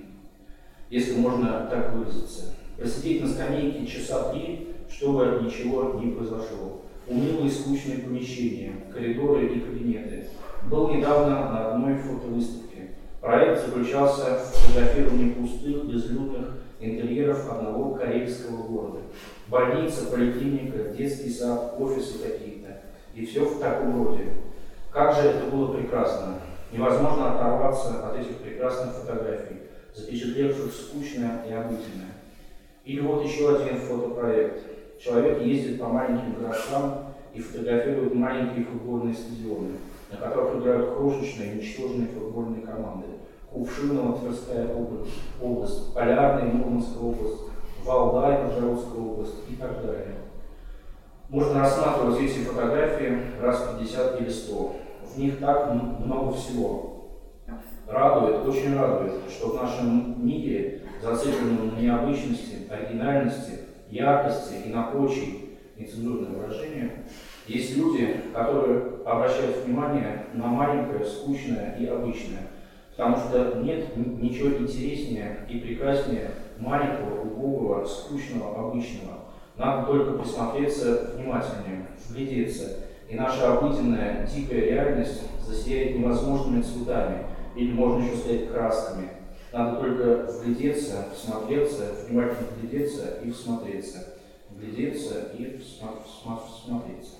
если можно так выразиться. Просидеть на скамейке часа 3, чтобы ничего не произошло. унылые скучные помещения, коридоры и кабинеты. Был недавно на одной фотовыставке. Проект заключался в фотографировании пустых, безлюдных интерьеров одного карельского города. Больница, поликлиника, детский сад, офисы какие-то. И все в таком роде. Как же это было прекрасно. Невозможно оторваться от этих прекрасных фотографий, запечатлевших скучное и обыденное. Или вот еще один фотопроект. Человек ездит по маленьким городкам и фотографирует маленькие футбольные стадионы, на которых играют крошечные, ничтожные футбольные команды. Кувшиново, Тверская область, Полярная, Мурманская область, Валдай, Нижегородская область и так далее. Можно рассматривать эти фотографии раз 50 или 100. В них так много всего. Радует, очень радует, что в нашем мире, зацикленном на необычности, оригинальности, яркости и на прочие нецензурные выражения, есть люди, которые обращают внимание на маленькое, скучное и обычное. Потому что нет ничего интереснее и прекраснее маленького, убогого, скучного, обычного. Надо только присмотреться внимательнее, вглядеться, и наша обыденная, дикая реальность засияет невозможными цветами, или можно еще сказать красками. Надо только вглядеться, всмотреться, внимательно вглядеться и всмотреться. Вглядеться и всмотреться.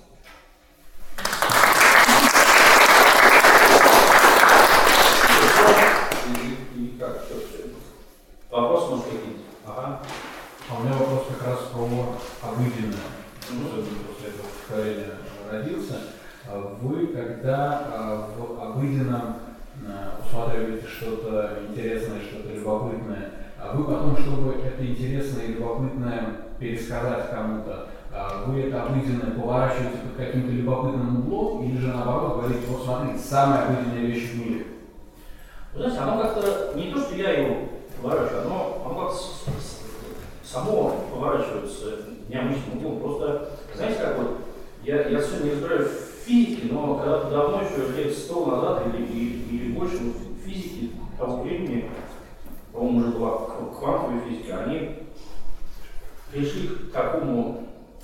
Или как? Вопрос может какие-то? Ага. А у меня вопрос как раз про обыденное. После этого стихотворения родился. Вы, когда в обыденном усматриваете что-то интересное, что-то любопытное, вы потом, чтобы это интересное и любопытное пересказать кому-то, вы это обыденное поворачиваете под каким-то любопытным углом, или же наоборот говорите: вот смотрите, самая обыденная вещь в мире? Вы знаете, оно как-то, не то, что я его поворачиваю, оно как само поворачивается необычным углом. Просто, знаете, как вот, я сегодня не разбираюсь в физике, но когда-то давно, еще лет 100 назад или больше, в физике того времени, по-моему, уже была квантовая физика, они пришли к такому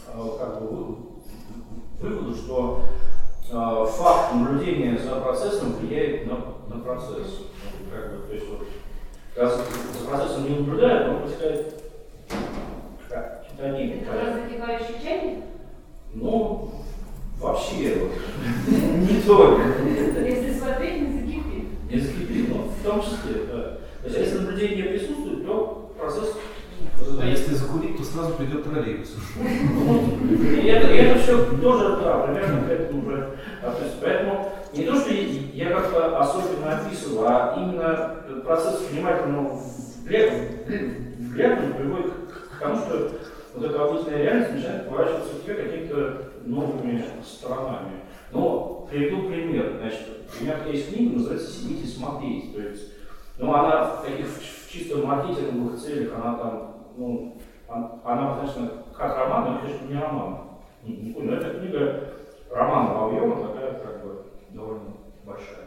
выводу, что факт наблюдения за процессом влияет на процесс. То есть вот, когда за процессом не наблюдают, он протекает какие-то Это закипающий чайник? Ну, вообще, не только. Если смотреть, не закипит. Не закипит, но в том числе, да. То есть, если наблюдение присутствует, то процесс... А если закурить, то сразу придет троллейбус. Это все тоже, да, примерно к этому уже относится. Поэтому не то, что я как-то особенно описываю, а именно процесс внимательного взгляда приводит к тому, что вот эта обычная реальность начинает поворачиваться в тебе какими-то новыми сторонами. Но приведу пример. Значит, у меня есть книга, называется «Сидите и смотреть». То есть, она в таких чисто маркетинговых целях, она там, она, конечно, как роман, но, конечно, не роман. Не понял, эта книга романа объема, такая, как бы, довольно большая.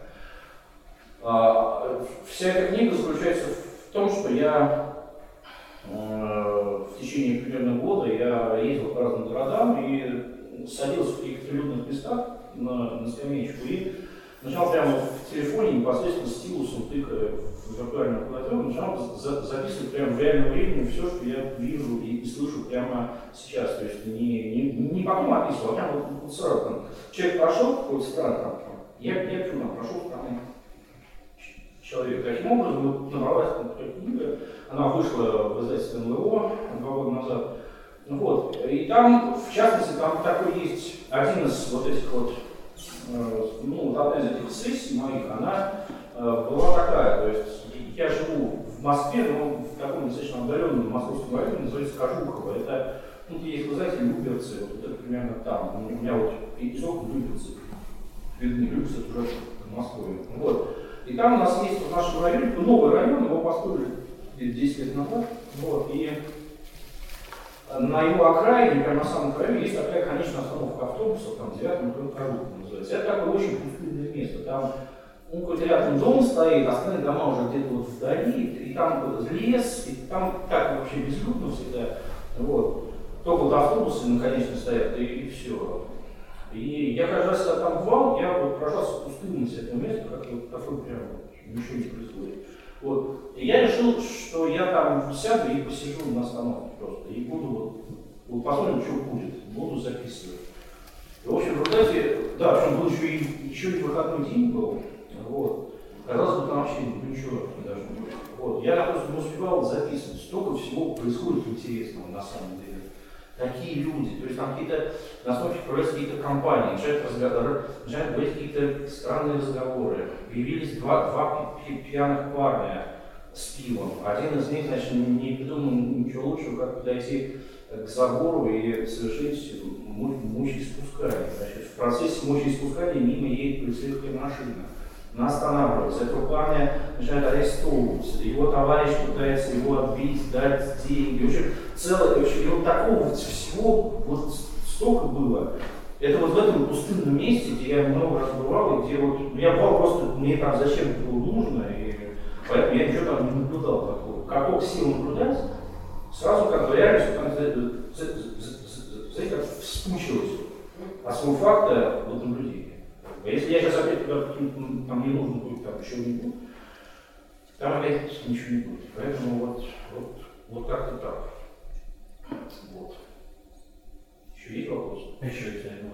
Вся эта книга заключается в том, что я в течение примерно года я ездил по разным городам и садился в каких-то людных местах на скамеечку и начал прямо в телефоне непосредственно стилусом, тыкая в виртуальную клавиатуру, начал записывать прямо в реальном времени все, что я вижу и слышу прямо сейчас. То есть не потом описывал, а прямо вот сразу там. Человек прошел какой-то стран, я прошел странный человек. Таким образом, вот, набралась эта книга, она вышла в издательстве НЛО 2 года назад. Вот. И там, в частности, там такой есть один из вот этих вот, одна из этих сессий моих, она была такая, то есть я живу в Москве, но в таком достаточно отдаленном московском районе, называется Кожухово. Это, если вы знаете, Люберцы, вот это примерно там. У меня вот из окон Люберцы видны, Люберцы это уже в Москве. Вот. И там у нас есть в нашем районе, новый район, его построили 10 лет назад. Вот. И на его окраине, прямо на самом краю, есть такая конечная остановка автобусов, там 9-м Кожухово называется. Это такое очень пустынное место. Там какой-то рядом дом стоит, остальные дома уже где-то вот вдали, и там лес, и там так вообще безлюдно всегда. Вот. Только вот автобусы наконечно стоят, и все. И я каждый раз, когда там бывал, я вот поражался пустынности этого места, как вот такой прям ничего не происходит. Вот. И я решил, что я там сяду и посижу на остановке просто. И буду вот посмотрим, что будет. Буду записывать. И, в общем, в результате, да, причем был еще и выходной день был. Вот. Казалось бы, там вообще ничего не должно быть. Вот. Я просто не успевал записывать. Столько всего происходит интересного на самом деле. Такие люди, то есть там какие-то на остановке появляются какие-то компании, начинают говорить какие-то странные разговоры. Появились два пьяных парня с пивом. Один из них, значит, не придумал ничего лучшего, как подойти к забору и совершить мочеиспускание. Значит, в процессе мочеиспускания мимо едет полицейская машина. Она останавливается. Этого парня начинают арестовывать. Его товарищ пытается его отбить, дать деньги. В общем, и вот такого всего вот столько было. Это вот в этом пустынном месте, где я много раз бывал, и где вот я бывал просто, мне там зачем-то было нужно, и поэтому я ничего там не наблюдал такого. Как только сел наблюдать, сразу как бы реально там, знаете, как вспучилось от самого факта вот наблюдения. Если я сейчас опять туда там не нужно будет там чего-нибудь, там опять ничего не будет. Поэтому вот как-то так. Вот. Еще есть вопросы? Еще есть один.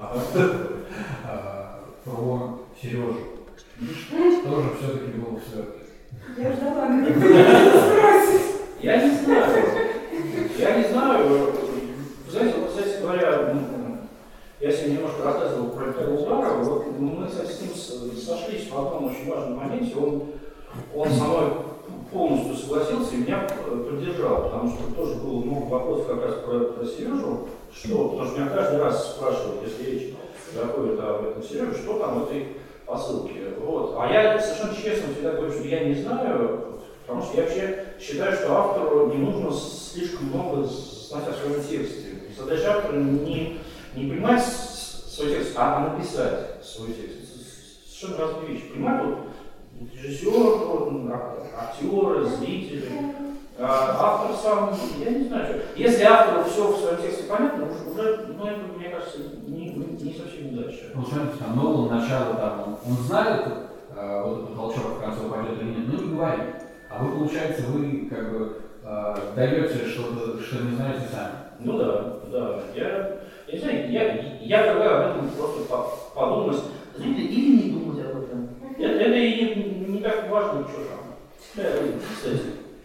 Про Сережу. Тоже все-таки был в свертке. Я ждала, меня спросить. Я не знаю. Вы знаете, вот, кстати говоря, я сегодня немножко рассказывал про Петра Ударова. Вот мы, кстати, с ним сошлись в одном очень важном моменте. Он со мной полностью согласился и меня поддержал, потому что тоже было много вопросов как раз про Сережу. Потому что меня каждый раз спрашивают, если речь заходит об этом Сереже, что там в этой посылке. Вот. А я совершенно честно всегда говорю, что я не знаю, потому что я вообще считаю, что автору не нужно слишком много знать о своем тексте. Задача автора не понимать свой текст, а написать свой текст. Это совершенно разные вещи. Понимать вот режиссер, актеры, зрители. Автор сам, я не знаю, что. Если автору все в своем тексте понятно, уже это, мне кажется, не совсем удача. Ну, смотрите, там Нолан начало там, он знает вот этот толчок в конце пойдет или нет, ну не говорит. А вы, получается, вы как бы даете что-то, что не знаете сами. Ну да. Я не знаю, я когда об этом просто подумал, зрители или не думать об этом. Это и не так важно, что там. Кстати.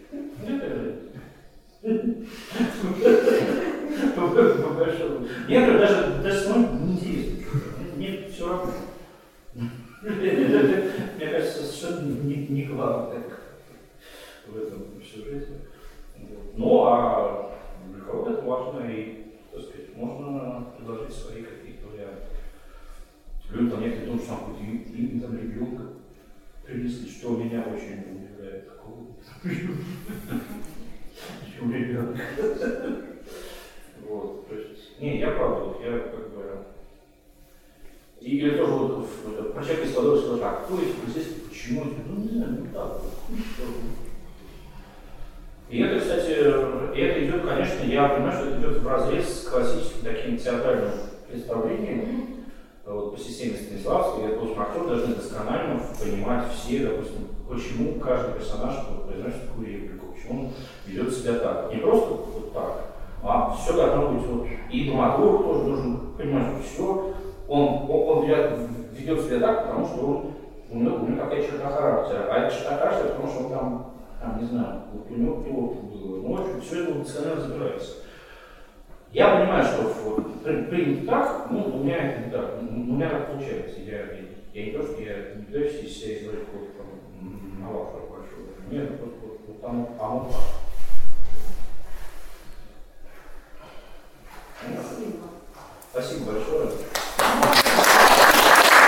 Мне даже самому неинтересно. Мне все равно. Мне кажется, совершенно не главное в этом сюжете. Ну, а для кого-то это важно, и, так сказать, можно предложить свои какие-то варианты. Люди там некоторые думают, что там какой-то там ребенка принесли, что меня очень удивляет. Почему ребенок? Вот, то есть, не, я правда, я как бы... Или тоже вот про человека из водой сказал, так, кто есть полицейский, почему? Ну, не знаю, ну так. И это, кстати, это идет, конечно, я понимаю, что это идет вразрез с классическим таким театральным представлением вот, по системе Станиславской. Я, допустим, актеры должны досконально понимать все, допустим, почему каждый персонаж произносит такую реплику, почему он ведет себя так. Не просто вот так, а все должно быть вот. И драматург тоже должен понимать, что все, он ведет себя так, потому что у него какая-то черта характера. А эта черта характера, потому что он там не знаю, вот у него пилот было. Ну, в общем, все это досконально разбирается. Я понимаю, что вот, принято так, ну, у меня это не так. У меня так получается. Я не то, что я не пытаюсь из себя изложить какой-то там новатор большой. Нет, вот там оно так. Спасибо. Спасибо большое.